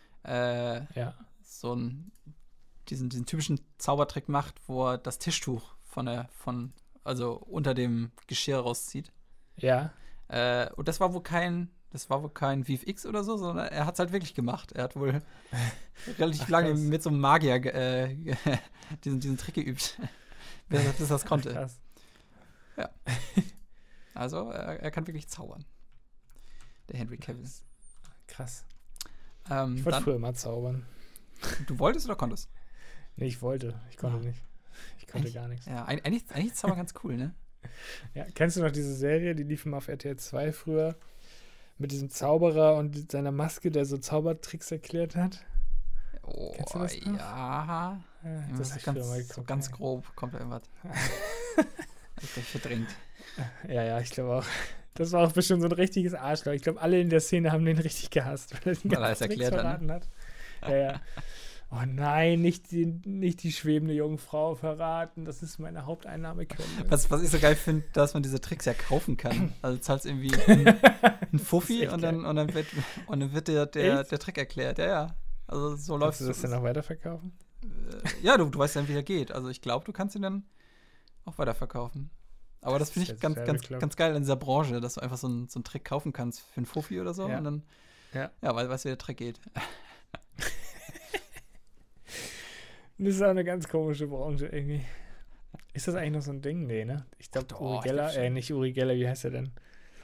so diesen typischen Zaubertrick macht, wo er das Tischtuch also unter dem Geschirr rauszieht. Ja. Und das war wohl kein VFX oder so, sondern er hat es halt wirklich gemacht. Er hat wohl relativ lange mit so einem Magier diesen Trick geübt, bis das konnte. Ach, krass. Ja. Also, er kann wirklich zaubern. Der Henry Cavill. Krass. Ich wollte früher mal zaubern. Du wolltest oder konntest? Nee, ich wollte. Ich konnte nicht. Ich konnte gar nichts. Ja, eigentlich ist Zaubern ganz cool, ne? Ja, kennst du noch diese Serie, die lief immer auf RTL 2 früher? Mit diesem Zauberer und seiner Maske, der so Zaubertricks erklärt hat? Oh, kennst du das noch? Ja. Das ist ganz grob kommt da irgendwas. Ich bin verdrängt. Ja, ich glaube auch. Das war auch bestimmt so ein richtiges Arschloch. Ich glaube, alle in der Szene haben den richtig gehasst, weil er den ganzen Tricks verraten hat. Ja. Oh nein, nicht die schwebende Jungfrau verraten. Das ist meine Haupteinnahmequelle. Was ich so geil finde, dass man diese Tricks ja kaufen kann. Also zahlst irgendwie ein Fuffi und dann wird der Trick erklärt. Ja. Also so läuft es. Kannst du das denn noch weiterverkaufen? Ja, du weißt dann, wie der geht. Also ich glaube, du kannst ihn dann auch weiterverkaufen. Aber das finde ich ganz geil in dieser Branche, dass du einfach so einen Trick kaufen kannst für einen Fuffi oder so. Ja. Und dann, weißt du, wie der Trick geht. Das ist auch eine ganz komische Branche irgendwie. Ist das eigentlich noch so ein Ding? Nee, ne? Ich glaube, Uri Geller, nicht Uri Geller, wie heißt er denn?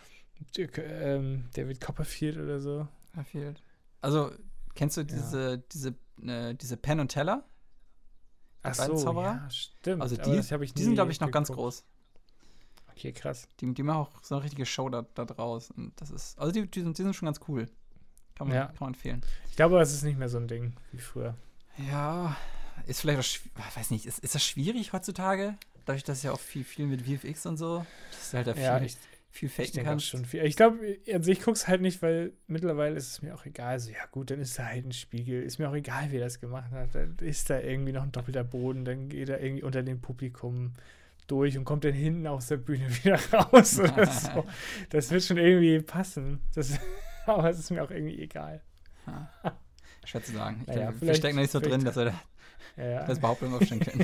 David Copperfield oder so. Copperfield. Also, kennst du diese Penn und Teller? Ach so, ja, stimmt. Also die sind, glaube ich, noch ganz groß. Okay, krass. Die machen auch so eine richtige Show da draus. Und das ist, also die sind schon ganz cool. Kann man empfehlen. Ich glaube, das ist nicht mehr so ein Ding wie früher. Ja, ist vielleicht auch, weiß nicht, ist das schwierig heutzutage? Dadurch, dass ja auch viel mit VFX und so, das ist halt da viel faken kannst. Schon viel. Ich glaube, also ich gucke es halt nicht, weil mittlerweile ist es mir auch egal. Also ja gut, dann ist da halt ein Spiegel. Ist mir auch egal, wer das gemacht hat. Dann ist da irgendwie noch ein doppelter Boden. Dann geht er irgendwie unter dem Publikum durch und kommt dann hinten aus der Bühne wieder raus oder so. Das wird schon irgendwie passen. Aber es ist mir auch irgendwie egal. Schwer zu sagen. Wir stecken da nicht so drin, dass wir das Behauptung aufstellen können.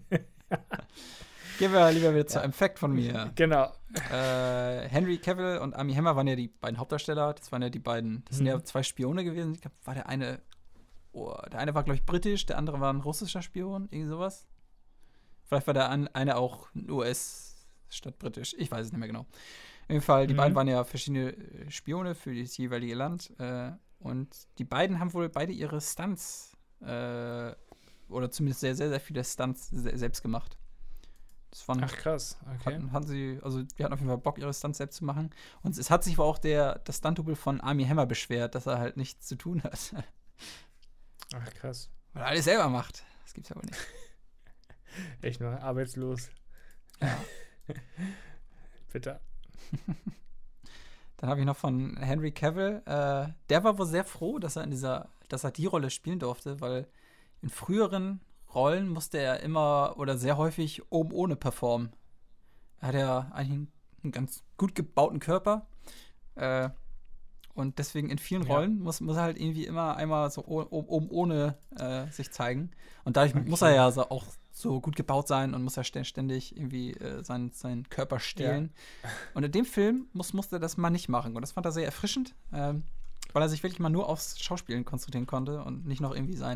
Gehen wir lieber wieder zu einem Fact von mir. Genau. Henry Cavill und Armie Hammer waren ja die beiden Hauptdarsteller. Das waren ja die beiden, das sind ja 2 Spione gewesen. Ich glaube, war der eine war, glaube ich, britisch, der andere war ein russischer Spion, irgendwie sowas. Vielleicht war der eine auch US statt britisch. Ich weiß es nicht mehr genau. Auf jeden Fall, die beiden waren ja verschiedene Spione für das jeweilige Land. Und die beiden haben wohl beide ihre Stunts oder zumindest sehr, sehr, sehr viele Stunts selbst gemacht. Ach krass, okay. Die hatten auf jeden Fall Bock, ihre Stunts selbst zu machen. Und es hat sich aber auch das Stunt-Double von Armie Hammer beschwert, dass er halt nichts zu tun hat. Ach krass. Weil er alles selber macht. Das gibt's aber nicht. Echt nur arbeitslos. Ja. Bitte. Dann habe ich noch von Henry Cavill. Der war wohl sehr froh, dass er die Rolle spielen durfte, weil in früheren Rollen musste er immer oder sehr häufig oben ohne performen. Er hat ja eigentlich einen ganz gut gebauten Körper. Und deswegen in vielen Rollen muss er halt irgendwie immer einmal so oben ohne sich zeigen. Und dadurch muss er ja auch so gut gebaut sein und muss er ständig irgendwie seinen Körper stehlen. Ja. Und in dem Film musste er das mal nicht machen. Und das fand er sehr erfrischend. weil er sich wirklich mal nur aufs Schauspielen konzentrieren konnte und nicht noch irgendwie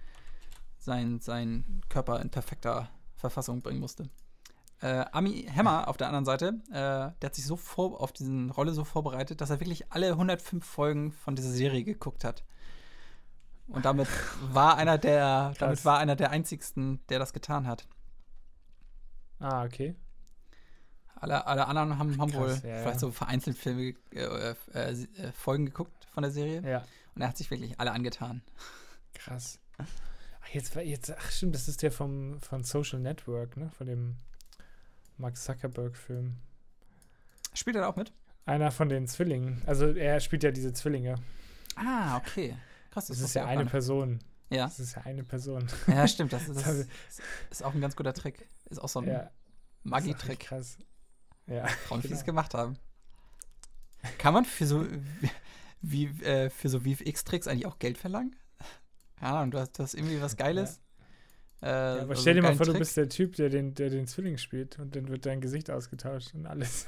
seinen Körper in perfekter Verfassung bringen musste. Armie Hammer auf der anderen Seite, der hat sich auf diese Rolle so vorbereitet, dass er wirklich alle 105 Folgen von dieser Serie geguckt hat. Und damit war einer der einzigsten, der das getan hat. Ah, okay. Alle anderen haben wohl vielleicht so vereinzelt Folgen geguckt von der Serie. Ja. Und er hat sich wirklich alle angetan. Krass. Ach stimmt, das ist der von Social Network, ne? Von dem Mark Zuckerberg-Film. Spielt er da auch mit? Einer von den Zwillingen. Also er spielt ja diese Zwillinge. Ah, okay. Krass. Das ist ja eine Person. Ja. Das ist ja eine Person. Ja, stimmt. Das ist auch ein ganz guter Trick. Ist auch so ein Magie-Trick. Krass. Ja. Frauen, wie sie es gemacht haben. Kann man für so VFX-Tricks eigentlich auch Geld verlangen? Ja, und du hast irgendwie was Geiles. Ja, aber stell dir mal vor, du bist der Typ, der den Zwilling spielt und dann wird dein Gesicht ausgetauscht und alles.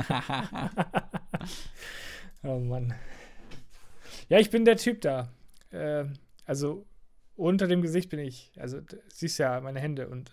Oh Mann. Ja, ich bin der Typ da. Also unter dem Gesicht bin ich. Also siehst ja meine Hände und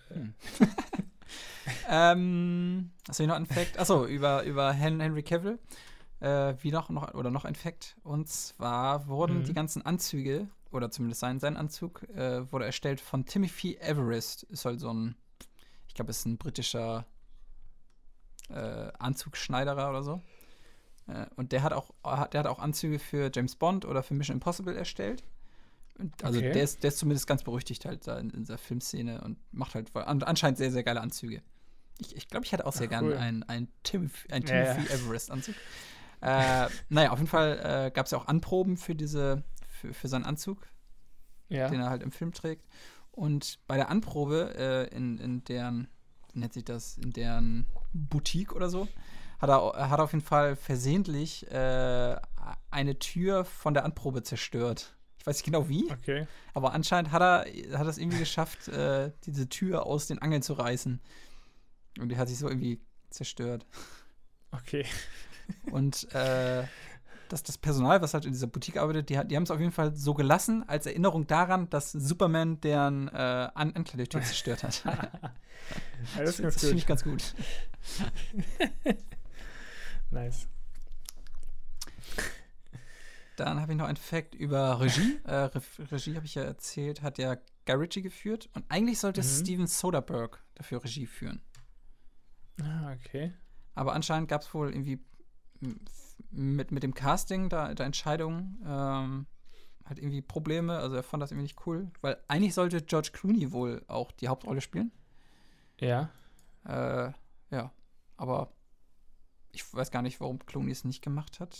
hast du noch einen Fact? Achso, über Henry Cavill. Noch ein Fact. Und zwar wurden die ganzen Anzüge, oder zumindest sein Anzug, wurde erstellt von Timothy Everest. Ist halt so ein, ich glaube, ist ein britischer Anzugschneiderer oder so. Und der hat auch Anzüge für James Bond oder für Mission Impossible erstellt. Und also der ist zumindest ganz berüchtigt halt da in dieser Filmszene und macht halt anscheinend sehr, sehr geile Anzüge. Ich glaube, ich hätte auch sehr gerne einen Timothy Everest-Anzug. Naja, auf jeden Fall gab es ja auch Anproben für seinen Anzug, den er halt im Film trägt. Und bei der Anprobe in deren, wie nennt sich das, in deren Boutique oder so, hat er auf jeden Fall versehentlich eine Tür von der Anprobe zerstört. Ich weiß nicht genau wie, aber anscheinend hat er es irgendwie geschafft, diese Tür aus den Angeln zu reißen. Und die hat sich so irgendwie zerstört. Okay. Und das Personal, was halt in dieser Boutique arbeitet, die haben es auf jeden Fall so gelassen, als Erinnerung daran, dass Superman deren Ankleidetür zerstört hat. Ja, das finde ich ganz gut. Nice. Dann habe ich noch einen Fact über Regie. Regie, habe ich ja erzählt, hat ja Guy Ritchie geführt. Und eigentlich sollte Steven Soderbergh dafür Regie führen. Ah, okay. Aber anscheinend gab es wohl irgendwie mit dem Casting da Entscheidungen halt irgendwie Probleme. Also er fand das irgendwie nicht cool. Weil eigentlich sollte George Clooney wohl auch die Hauptrolle spielen. Ja. Ja, aber ich weiß gar nicht, warum Clooney es nicht gemacht hat.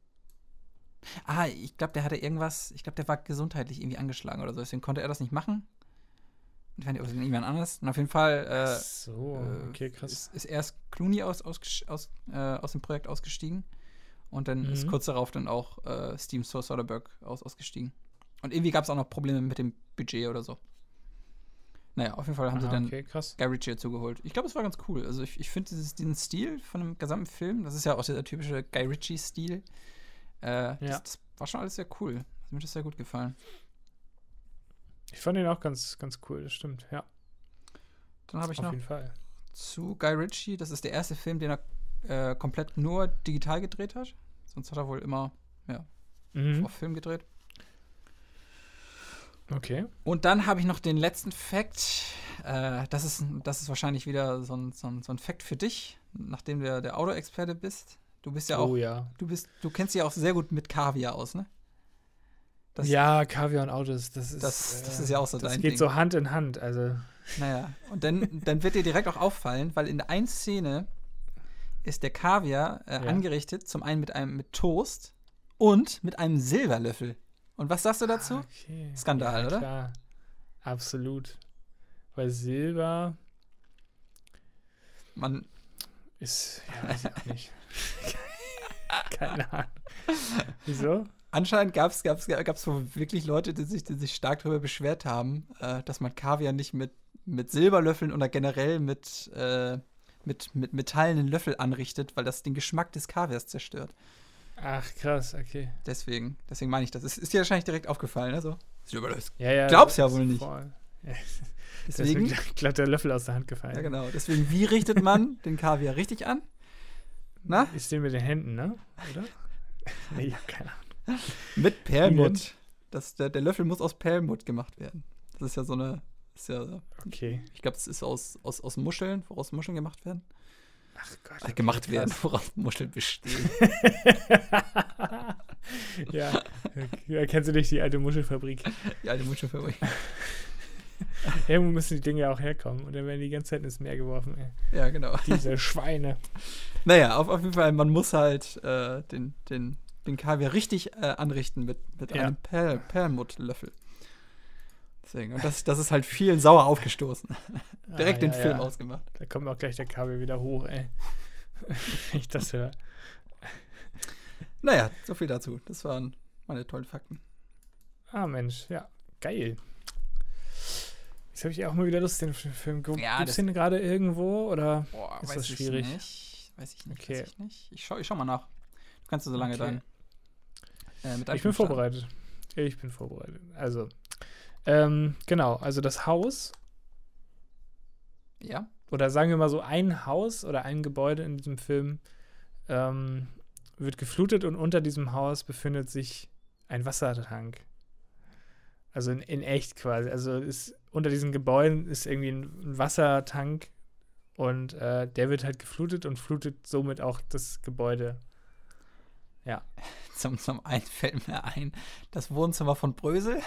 Ich glaube, der hatte irgendwas, der war gesundheitlich irgendwie angeschlagen oder so, deswegen konnte er das nicht machen. Und fand ich jemand anderes. Und auf jeden Fall okay, krass. ist erst Clooney aus dem Projekt ausgestiegen und dann ist kurz darauf dann auch Steven Soderbergh ausgestiegen. Und irgendwie gab es auch noch Probleme mit dem Budget oder so. Naja, auf jeden Fall haben sie dann Guy Ritchie dazu geholt. Ich glaube, es war ganz cool. Also ich finde diesen Stil von dem gesamten Film, das ist ja auch dieser typische Guy Ritchie-Stil. Das war schon alles sehr cool. Mir hat das sehr gut gefallen. Ich fand ihn auch ganz, ganz cool, das stimmt, ja. Dann habe ich auf jeden Fall zu Guy Ritchie, das ist der erste Film, den er komplett nur digital gedreht hat. Sonst hat er wohl immer auf Film gedreht. Okay. Und dann habe ich noch den letzten Fact. Das ist wahrscheinlich wieder so ein Fact für dich, nachdem du der Autoexperte bist. Du bist ja auch. Du kennst dich ja auch sehr gut mit Kaviar aus, ne? Kaviar und Autos, das ist ja auch so dein Ding. Das geht so Hand in Hand, also. Naja, und dann wird dir direkt auch auffallen, weil in der einen Szene ist der Kaviar angerichtet, zum einen mit Toast und mit einem Silberlöffel. Und was sagst du dazu? Okay. Skandal, oder? Klar, absolut. Weil Silber ist, weiß ich auch nicht. Keine Ahnung. Wieso? Anscheinend gab's wohl wirklich Leute, die sich stark darüber beschwert haben, dass man Kaviar nicht mit Silberlöffeln oder generell mit metallenen Löffel anrichtet, weil das den Geschmack des Kaviars zerstört. Ach, krass, okay. Deswegen meine ich das. Ist dir wahrscheinlich direkt aufgefallen, ne? So. Ja, glaubst ja wohl nicht. Ja. Deswegen ist glatt der Löffel aus der Hand gefallen. Ja, genau. Deswegen, wie richtet man den Kaviar richtig an? Na? Ist den mit den Händen, ne? Oder? Nee, ich hab keine Ahnung. Mit Perlmutt. Der Löffel muss aus Perlmutt gemacht werden. Das ist ja so eine. Okay. Ich glaube, das ist aus Muscheln, woraus Muscheln gemacht werden. Ach Gott. Okay, gemacht werden, woraus Muscheln bestehen. Ja. Kennst du nicht die alte Muschelfabrik? Die alte Muschelfabrik. Irgendwo müssen die Dinge auch herkommen und dann werden die ganze Zeit ins Meer geworfen. Ey. Ja, genau. Diese Schweine. Naja, auf jeden Fall, man muss halt den Kaviar richtig anrichten mit einem Perlmuttlöffel. Deswegen. Und das ist halt vielen sauer aufgestoßen. Direkt den Film ausgemacht. Da kommt auch gleich der Kaviar wieder hoch, ey. Wenn ich das höre. Naja, so viel dazu. Das waren meine tollen Fakten. Ah, Mensch, ja. Geil. Jetzt habe ich auch mal wieder Lust, den Film. Gibt es den gerade irgendwo oder ist das schwierig? Weiß ich nicht. Okay. Ich schau mal nach. Du kannst so lange dann. Ich bin vorbereitet. Also, genau. Also das Haus. Ja. Oder sagen wir mal so, ein Haus oder ein Gebäude in diesem Film wird geflutet und unter diesem Haus befindet sich ein Wassertank. Also in echt quasi. Also unter diesen Gebäuden ist irgendwie ein Wassertank und der wird halt geflutet und flutet somit auch das Gebäude. Ja. Zum einen fällt mir ein, das Wohnzimmer von Brösel.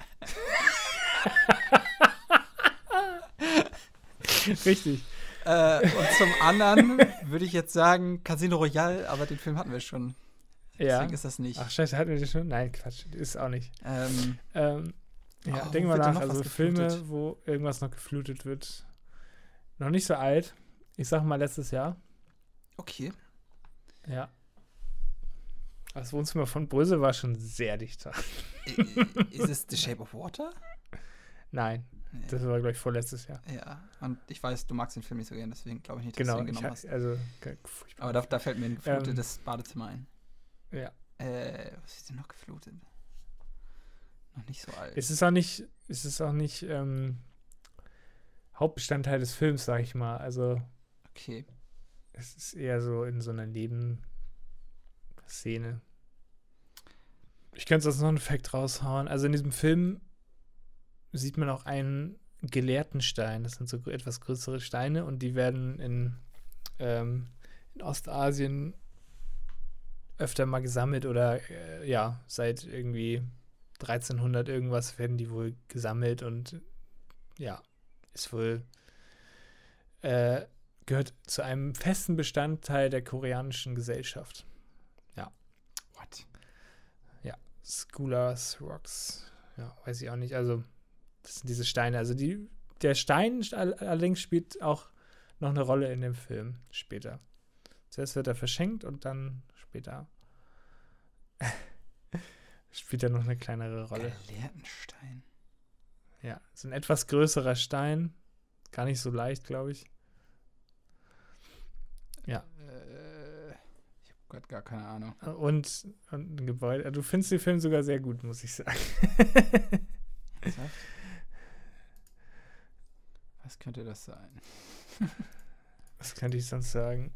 Richtig. Und zum anderen würde ich jetzt sagen Casino Royale, aber den Film hatten wir schon. Deswegen ist das nicht. Ach, scheiße, hatten wir den schon? Nein, Quatsch, ist auch nicht. Denk mal nach, also Filme, wo irgendwas noch geflutet wird. Noch nicht so alt. Ich sag mal letztes Jahr. Okay. Ja. Das Wohnzimmer von Brösel war schon sehr dicht dran. Ist es The Shape of Water? Nein. Das war, glaube ich, vorletztes Jahr. Ja, und ich weiß, du magst den Film nicht so gern, deswegen glaube ich nicht, dass du ihn genommen hast. Aber da fällt mir ein geflutetes Badezimmer ein. Ja. Was ist denn noch geflutet? Noch nicht so alt. Es ist auch nicht Hauptbestandteil des Films, sag ich mal. Also okay. Es ist eher so in so einer Nebenszene. Ich könnte sonst noch einen Fact raushauen. Also in diesem Film sieht man auch einen geleerten Stein. Das sind so etwas größere Steine und die werden in Ostasien öfter mal gesammelt oder seit irgendwie 1300 irgendwas werden die wohl gesammelt und ist wohl gehört zu einem festen Bestandteil der koreanischen Gesellschaft. Ja. What? Ja, Skulas Rocks. Ja, weiß ich auch nicht. Also das sind diese Steine. Also der Stein allerdings spielt auch noch eine Rolle in dem Film später. Zuerst wird er verschenkt und dann später spielt er noch eine kleinere Rolle. Geleerten Stein. Ja, ist ein etwas größerer Stein. Gar nicht so leicht, glaube ich. Ja. Ich habe gerade gar keine Ahnung. Und ein Gebäude. Du findest den Film sogar sehr gut, muss ich sagen. Was könnte das sein? Was könnte ich sonst sagen?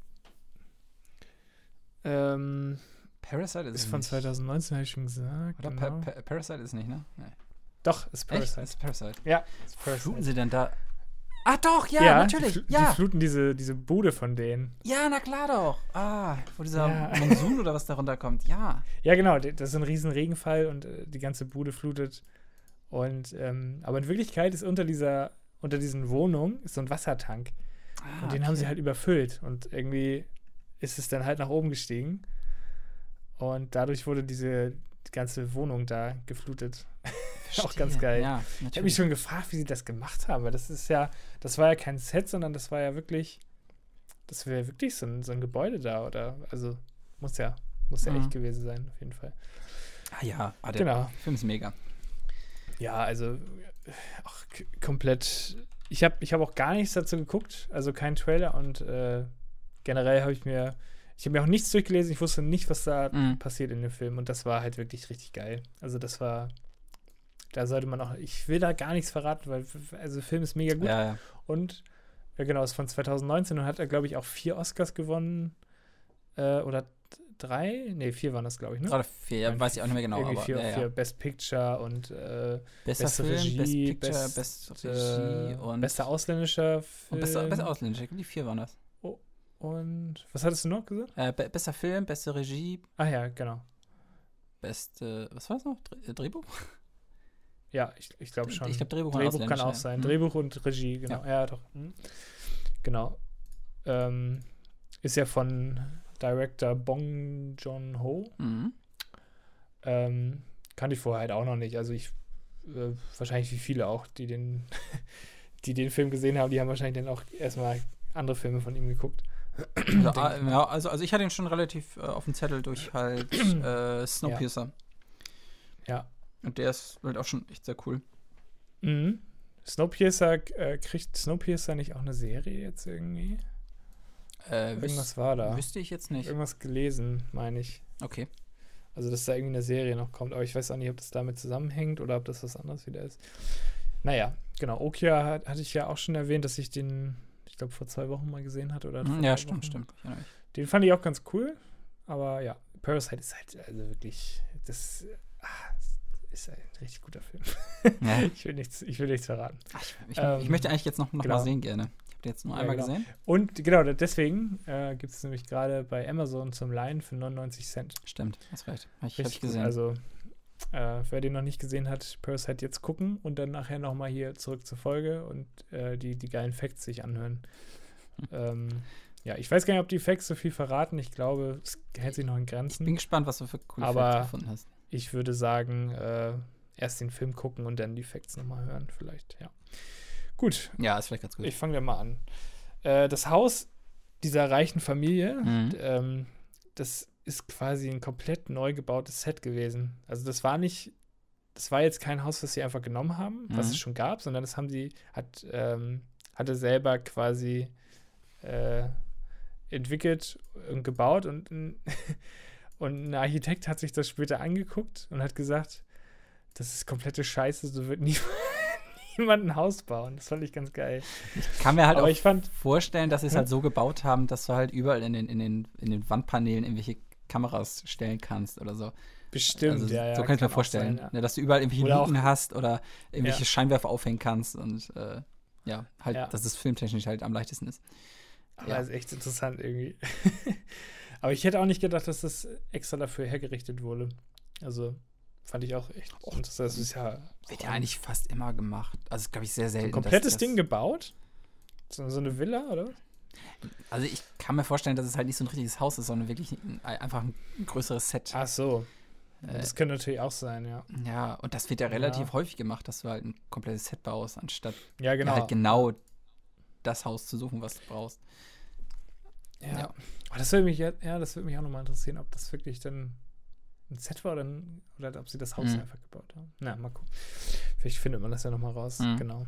Parasite ist von 2019, habe ich schon gesagt. Oder genau. Parasite ist nicht, ne? Nee. Doch, ist Parasite. Echt? Ist Parasite. Ja, ist Parasite. Fluten sie denn da? Ach doch, ja, natürlich. Die fluten diese Bude von denen. Ja, na klar doch. Wo dieser Monsun oder was da runterkommt. Ja. Ja, genau. Das ist ein riesen Regenfall und die ganze Bude flutet. Und aber in Wirklichkeit ist unter diesen Wohnungen ist so ein Wassertank. Und den haben sie halt überfüllt. Und irgendwie ist es dann halt nach oben gestiegen. Und dadurch wurde die ganze Wohnung da geflutet. Auch ganz geil. Ja, ich habe mich schon gefragt, wie sie das gemacht haben. Weil das war ja kein Set, sondern das war ja wirklich, das wäre wirklich so ein Gebäude da. Oder, also muss ja echt gewesen sein, auf jeden Fall. Der Film ist mega. Ja, also auch komplett. Ich hab auch gar nichts dazu geguckt, also kein Trailer und generell habe ich mir Ich habe mir auch nichts durchgelesen, ich wusste nicht, was da passiert in dem Film. Und das war halt wirklich richtig geil. Also das war, da sollte man auch, ich will da gar nichts verraten, weil also der Film ist mega gut. Ja. Und, ja genau, ist von 2019 und hat er, glaube ich, auch 4 Oscars gewonnen. Oder 3? Ne, 4 waren das, glaube ich, ne? Oder 4, ja, weiß ich auch nicht mehr genau. Aber 4 Best Picture und bester Film, Regie, Best Regie und bester ausländischer Film. Bester ausländischer, die 4 waren das. Und was hattest du noch gesagt? Bester Film, beste Regie. Ah ja, genau. Beste, was war das noch? Drehbuch? Ja, ich glaube schon. Ich glaube, Drehbuch kann auch sein. Drehbuch und Regie, genau. Ja, doch. Genau. Ist ja von Director Bong Joon-ho. Kannte ich vorher halt auch noch nicht. Also ich, wahrscheinlich wie viele auch, die den Film gesehen haben, die haben wahrscheinlich dann auch erstmal andere Filme von ihm geguckt. Also ich hatte ihn schon relativ auf dem Zettel durch halt Snowpiercer. Ja. Und der ist halt auch schon echt sehr cool. Snowpiercer, kriegt Snowpiercer nicht auch eine Serie jetzt irgendwie? Irgendwas war da. Wüsste ich jetzt nicht. Irgendwas gelesen, meine ich. Okay. Also, dass da irgendwie eine Serie noch kommt. Aber ich weiß auch nicht, ob das damit zusammenhängt oder ob das was anderes wieder ist. Naja, genau. Okja hatte ich ja auch schon erwähnt, dass ich den, ich glaube, vor 2 Wochen mal gesehen hatte. Oder ja, stimmt. Ja, den fand ich auch ganz cool. Aber ja, Parasite ist halt also wirklich, das ist ein richtig guter Film. Ja. Ich will nichts verraten. Ich möchte eigentlich jetzt noch mal sehen gerne. Ich habe den jetzt nur einmal gesehen. Und genau, deswegen gibt es nämlich gerade bei Amazon zum Leihen für 99 Cent. Stimmt, hast recht. Hab ich gesehen. Also, wer den noch nicht gesehen hat, Parasite jetzt gucken und dann nachher noch mal hier zurück zur Folge und die geilen Facts sich anhören. Ja, ich weiß gar nicht, ob die Facts so viel verraten. Ich glaube, es hält sich noch in Grenzen. Ich bin gespannt, was du für coole Facts gefunden hast. Ich würde sagen, erst den Film gucken und dann die Facts nochmal hören, vielleicht, ja. Gut. Ja, ist vielleicht ganz gut. Ich fange dann mal an. Das Haus dieser reichen Familie, das ist quasi ein komplett neu gebautes Set gewesen. Also das war jetzt kein Haus, das sie einfach genommen haben, was es schon gab, sondern das hatte selber quasi entwickelt und gebaut und ein Architekt hat sich das später angeguckt und hat gesagt, das ist komplette Scheiße, so wird niemand ein Haus bauen. Das fand ich ganz geil. Ich kann mir halt auch vorstellen, dass sie es halt so gebaut haben, dass du halt überall in den Wandpaneelen irgendwelche Kameras stellen kannst oder so. Bestimmt, also, ja. So kann ich mir vorstellen. Sein, ja. Dass du überall irgendwelche Luken hast oder irgendwelche Scheinwerfer aufhängen kannst und dass es filmtechnisch halt am leichtesten ist. Aber das ist echt interessant irgendwie. Aber ich hätte auch nicht gedacht, dass das extra dafür hergerichtet wurde. Also fand ich auch echt interessant. Das ist wird ja eigentlich fast immer gemacht. Also ist, glaube ich, sehr selten. Ein komplettes Ding gebaut? So eine Villa, oder? Also ich kann mir vorstellen, dass es halt nicht so ein richtiges Haus ist, sondern wirklich einfach ein größeres Set. Ach so. Das könnte natürlich auch sein, ja. Ja, und das wird ja relativ häufig gemacht, dass du halt ein komplettes Set baust, anstatt halt genau das Haus zu suchen, was du brauchst. Ja. Oh, das würde mich auch nochmal interessieren, ob das wirklich dann ein Set war oder ob sie das Haus einfach gebaut haben. Na, mal gucken. Vielleicht findet man das ja nochmal raus. Genau.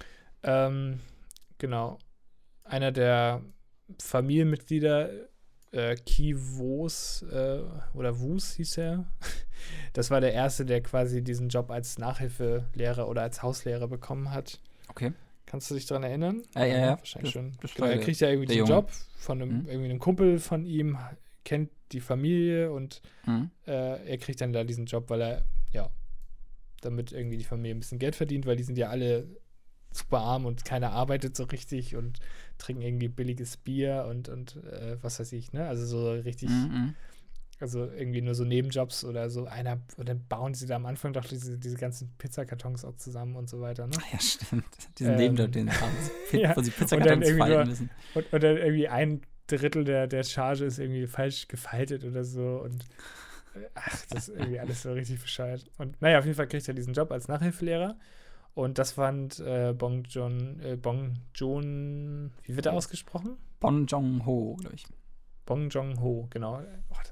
Genau. Einer der Familienmitglieder, Ki Wos, oder Wus hieß er. Das war der Erste, der quasi diesen Job als Nachhilfelehrer oder als Hauslehrer bekommen hat. Okay. Kannst du dich daran erinnern? Ja. Wahrscheinlich schon. Genau, er kriegt ja irgendwie den Job von irgendwie einem Kumpel von ihm, kennt die Familie und er kriegt dann da diesen Job, weil er, damit irgendwie die Familie ein bisschen Geld verdient, weil die sind ja alle super arm und keiner arbeitet so richtig und trinken irgendwie billiges Bier und was weiß ich, ne? Also so richtig, also irgendwie nur so Nebenjobs oder so und dann bauen sie da am Anfang doch diese ganzen Pizzakartons auch zusammen und so weiter, ne? Ja, stimmt. Diesen Nebenjob, den haben wo sie Pizzakartons falten müssen. Und dann irgendwie 1/3 der Charge ist irgendwie falsch gefaltet oder so und das ist irgendwie alles so richtig bescheuert. Und naja, auf jeden Fall kriegt er diesen Job als Nachhilfelehrer. Und das fand Bong Joon, wie wird er ausgesprochen? Bong Joon-ho, glaube ich. Bong Joon-ho, genau.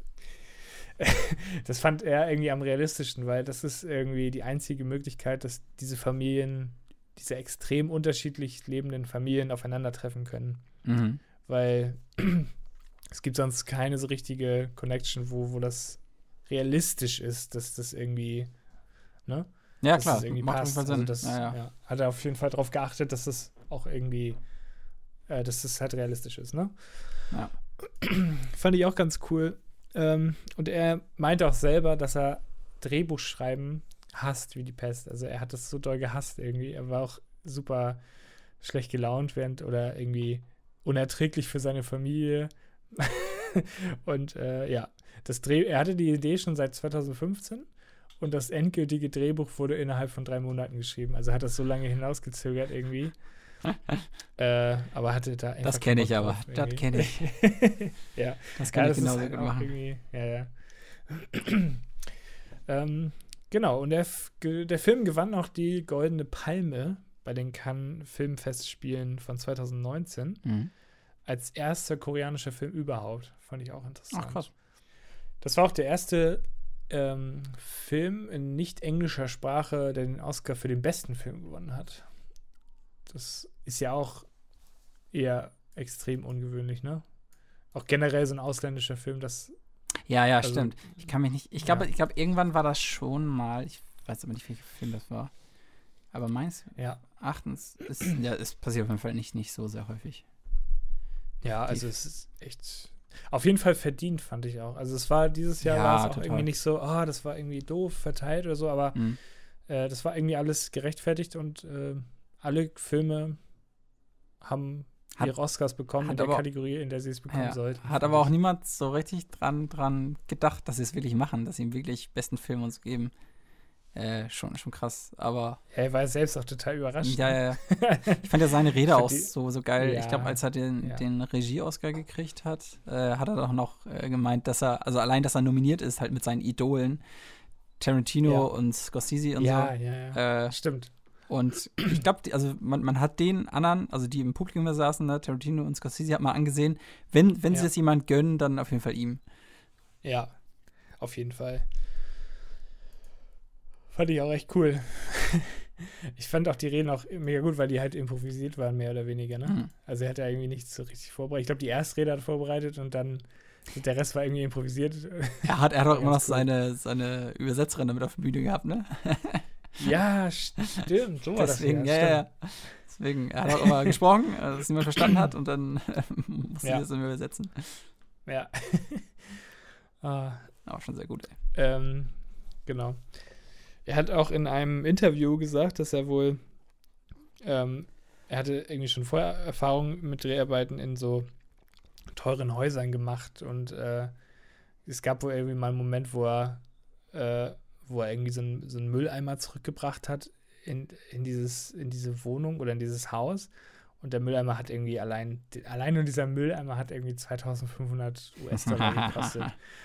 Das fand er irgendwie am realistischsten, weil das ist irgendwie die einzige Möglichkeit, dass diese extrem unterschiedlich lebenden Familien aufeinandertreffen können. Weil es gibt sonst keine so richtige Connection, wo das realistisch ist, dass das irgendwie, ne? Ja, dass klar, das irgendwie macht passt. Sinn. Also das, ja, hat er auf jeden Fall darauf geachtet, dass das auch irgendwie, dass das halt realistisch ist, ne? Ja. Fand ich auch ganz cool. Und er meinte auch selber, dass er Drehbuchschreiben hasst wie die Pest. Also er hat das so doll gehasst irgendwie. Er war auch super schlecht gelaunt oder irgendwie unerträglich für seine Familie. Und ja, er hatte die Idee schon seit 2015 und das endgültige Drehbuch wurde innerhalb von 3 Monaten geschrieben. Also hat das so lange hinausgezögert irgendwie. Aber hatte da einfach. Das kenne ich aber. Das kenne ich. Ja. Das kann ich genauso halt gut machen. Ja. Genau, und der Film gewann auch die Goldene Palme bei den Cannes Filmfestspielen von 2019 als erster koreanischer Film überhaupt. Fand ich auch interessant. Ach, krass. Das war auch der erste Film in nicht englischer Sprache, der den Oscar für den besten Film gewonnen hat. Das ist ja auch eher extrem ungewöhnlich, ne? Auch generell so ein ausländischer Film, das. Ja, also, stimmt. Ich kann mich nicht. Ich glaube, irgendwann war das schon mal. Ich weiß aber nicht, welcher Film das war. Aber meines Erachtens es passiert auf jeden Fall nicht so sehr häufig. Ja, also es ist echt. Auf jeden Fall verdient, fand ich auch. Also es war dieses Jahr war es auch total. Irgendwie nicht so, das war irgendwie doof verteilt oder so, aber das war irgendwie alles gerechtfertigt und alle Filme haben ihre Oscars bekommen in der Kategorie, in der sie es bekommen sollten. Hat aber auch niemand so richtig dran gedacht, dass sie es wirklich machen, dass sie ihm wirklich besten Film uns geben. Schon krass, aber. Ja, er war selbst auch total überrascht. Ja. Ich fand ja seine Rede auch so geil. Ja, ich glaube, als er den Regie-Oscar gekriegt hat, hat er doch noch gemeint, dass er nominiert ist, halt mit seinen Idolen, Tarantino und Scorsese und so. Ja. Stimmt. Und ich glaube, also man hat den anderen, also die im Publikum da saßen, ne, Tarantino und Scorsese, hat man angesehen, wenn sie es jemand gönnen, dann auf jeden Fall ihm. Ja, auf jeden Fall. Fand ich auch echt cool. Ich fand auch die Reden auch mega gut, weil die halt improvisiert waren, mehr oder weniger, ne? Also er hat ja irgendwie nichts so richtig vorbereitet. Ich glaube, die erste Rede hat er vorbereitet und dann der Rest war irgendwie improvisiert. Er hat auch immer noch seine Übersetzerin damit auf der Bühne gehabt, ne? Ja, stimmt. So war deswegen, das ja. Deswegen, er hat auch immer gesprochen, dass niemand verstanden hat und dann musste er das immer übersetzen. Ja. Auch schon sehr gut, ey. Genau. Er hat auch in einem Interview gesagt, dass er wohl, er hatte irgendwie schon vorher Erfahrungen mit Dreharbeiten in so teuren Häusern gemacht und es gab wohl irgendwie mal einen Moment, wo er irgendwie so einen Mülleimer zurückgebracht hat in diese Wohnung oder in dieses Haus. Und der Mülleimer hat irgendwie allein nur dieser Mülleimer hat irgendwie 2.500 US-Dollar gekostet.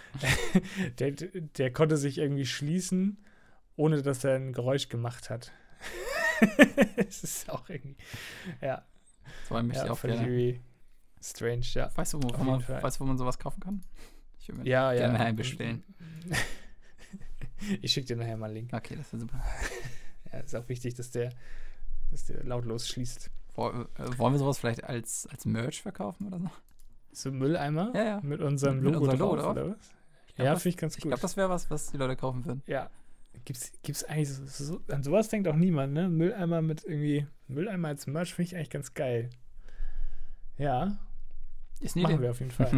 Der konnte sich irgendwie schließen, ohne dass er ein Geräusch gemacht hat. Es ist auch irgendwie, ja. So ein bisschen auch irgendwie strange, ja. Weißt du, wo man sowas kaufen kann? Ich würde mir gerne nachher bestellen. Ich schicke dir nachher mal einen Link. Okay, das wäre super. Ja, ist auch wichtig, dass der lautlos schließt. Wollen wir sowas vielleicht als Merch verkaufen oder so? So Mülleimer? Ja. Mit unserem Logo drauf, oder was? Ja, finde ich ganz gut. Ich glaube, das wäre was die Leute kaufen würden. Ja. Gibt's eigentlich an sowas denkt auch niemand, ne? Mülleimer als Merch finde ich eigentlich ganz geil. Ja. Ist nie machen wir auf jeden Fall.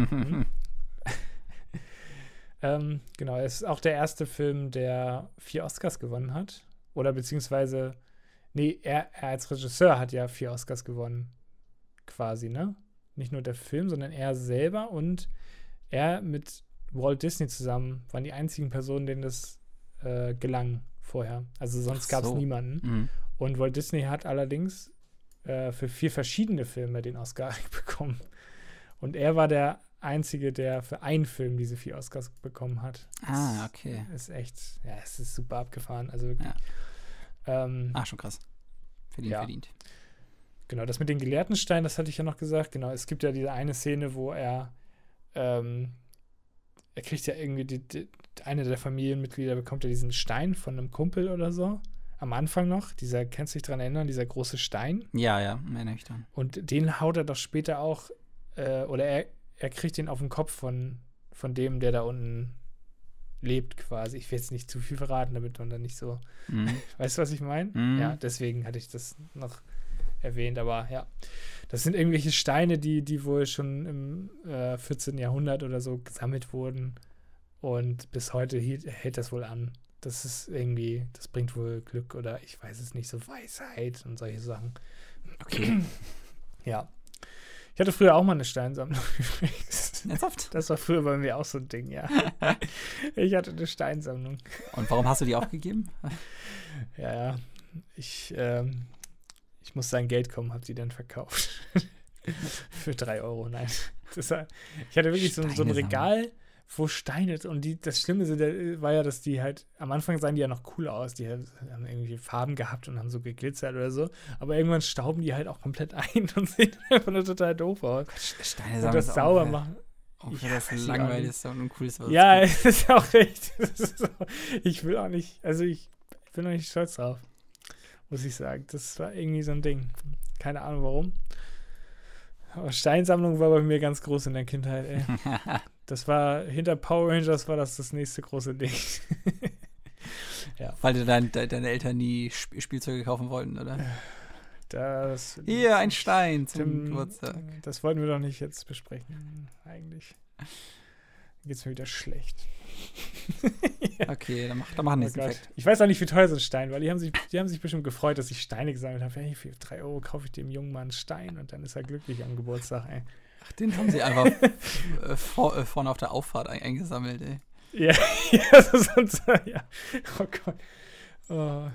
Genau, es ist auch der erste Film, der 4 Oscars gewonnen hat. Oder beziehungsweise, nee, er als Regisseur hat ja 4 Oscars gewonnen. Quasi, ne? Nicht nur der Film, sondern er selber und er mit Walt Disney zusammen waren die einzigen Personen, denen das gelang vorher. Also sonst gab es niemanden. Und Walt Disney hat allerdings für 4 verschiedene Filme den Oscar bekommen. Und er war der Einzige, der für einen Film diese 4 Oscars bekommen hat. Okay. Ist echt, es ist super abgefahren. Also wirklich. Ja. Schon krass. Verdient. Genau, das mit den geleerten Steinen, das hatte ich ja noch gesagt. Genau, es gibt ja diese eine Szene, wo er kriegt ja irgendwie eine der Familienmitglieder bekommt ja diesen Stein von einem Kumpel oder so. Am Anfang noch, kannst du dich dran erinnern, dieser große Stein? Ja, erinnere ich dran. Und den haut er doch später auch, oder er kriegt den auf den Kopf von dem, der da unten lebt quasi. Ich will jetzt nicht zu viel verraten, damit man dann nicht so weißt du, was ich meine? Ja, deswegen hatte ich das noch erwähnt, aber ja. Das sind irgendwelche Steine, die wohl schon im 14. Jahrhundert oder so gesammelt wurden und bis heute hält das wohl an. Das ist irgendwie, das bringt wohl Glück oder ich weiß es nicht, so Weisheit und solche Sachen. Okay. Ja. Ich hatte früher auch mal eine Steinsammlung übrigens. Ernsthaft? Das war früher bei mir auch so ein Ding, ja. Ich hatte eine Steinsammlung. Und warum hast du die aufgegeben? Ja. Ich musste an Geld kommen, habe die dann verkauft. Für 3 €, nein. Ich hatte wirklich so ein Regal, wo Steine und das Schlimme war ja, dass die halt, am Anfang sahen die ja noch cool aus, die haben irgendwie Farben gehabt und haben so geglitzert oder so, aber irgendwann stauben die halt auch komplett ein und sehen einfach nur total doof aus. Steine und das sauber machen. Auch für das langweilig ist und cool ist. Ja, es ist auch echt. Ich bin noch nicht stolz drauf, muss ich sagen. Das war irgendwie so ein Ding. Keine Ahnung warum. Aber Steinsammlung war bei mir ganz groß in der Kindheit, ey. Das war, hinter Power Rangers war das nächste große Ding. Ja. Weil dir deine Eltern nie Spielzeuge kaufen wollten, oder? Hier, ein Stein zum Geburtstag. Das wollten wir doch nicht jetzt besprechen, eigentlich. Geht's mir wieder schlecht. Ja. Okay, dann mach den nächsten Fact. Ich weiß auch nicht, wie teuer so ein Stein war. Die haben sich bestimmt gefreut, dass ich Steine gesammelt habe. Hey, für 3 € kaufe ich dem jungen Mann einen Stein und dann ist er glücklich am Geburtstag, ey. Ach, den haben sie einfach vorne auf der Auffahrt eingesammelt, ey. Ja, ja. Oh Gott. Oh.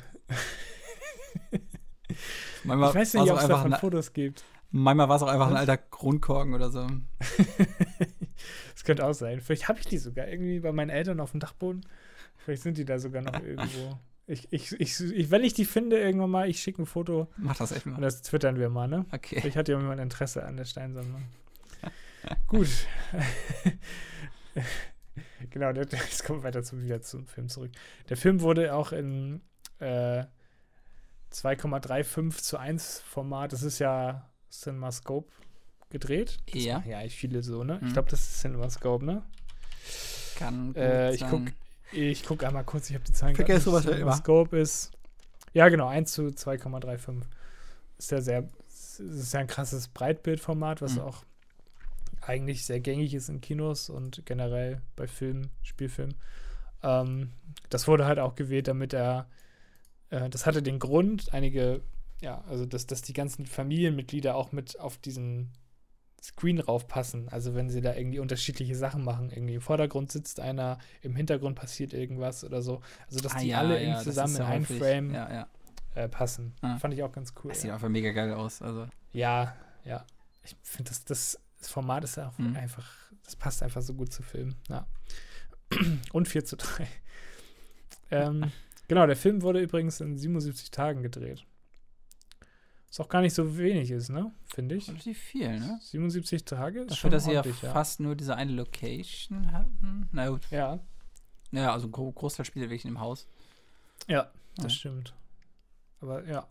Manchmal ich weiß nicht, ob es davon Fotos gibt. Manchmal war es auch einfach ein alter Kronkorken oder so. Das könnte auch sein. Vielleicht habe ich die sogar irgendwie bei meinen Eltern auf dem Dachboden. Vielleicht sind die da sogar noch irgendwo. Wenn ich die finde irgendwann mal, ich schicke ein Foto. Mach das echt mal. Und das twittern wir mal, ne? Okay. Vielleicht hat ja jemand Interesse an der Steinsammlung. Gut. Genau, jetzt kommen wir wieder zum Film zurück. Der Film wurde auch in 2,35:1 Format, das ist ja CinemaScope gedreht. Ja. Ja, viele so, ne? Ich glaube, das ist CinemaScope, ne? Kann ich guck einmal kurz, ich habe die Zahlen vergesst du, was CinemaScope ist. Ja, genau, 1:2,35. Ist ja ein krasses Breitbildformat, was auch eigentlich sehr gängig ist in Kinos und generell bei Spielfilmen. Das wurde halt auch gewählt, damit das hatte den Grund, dass die ganzen Familienmitglieder auch mit auf diesen Screen raufpassen. Also wenn sie da irgendwie unterschiedliche Sachen machen. Irgendwie im Vordergrund sitzt einer, im Hintergrund passiert irgendwas oder so. Also dass die alle irgendwie zusammen in einen Frame passen. Fand ich auch ganz cool. Das sieht einfach mega geil aus. Also. Ja. Ich finde, das Format ist ja auch einfach, das passt einfach so gut zu Filmen. Ja. Und 4:3. Genau, der Film wurde übrigens in 77 Tagen gedreht. Was auch gar nicht so wenig ist, ne? Finde ich. Relativ viel, ne? 77 Tage ist dafür, schon dass sie ja fast nur diese eine Location hatten. Na gut. Ja. Ja, also Großteil spielt wirklich im Haus. Ja, das stimmt. Aber ja.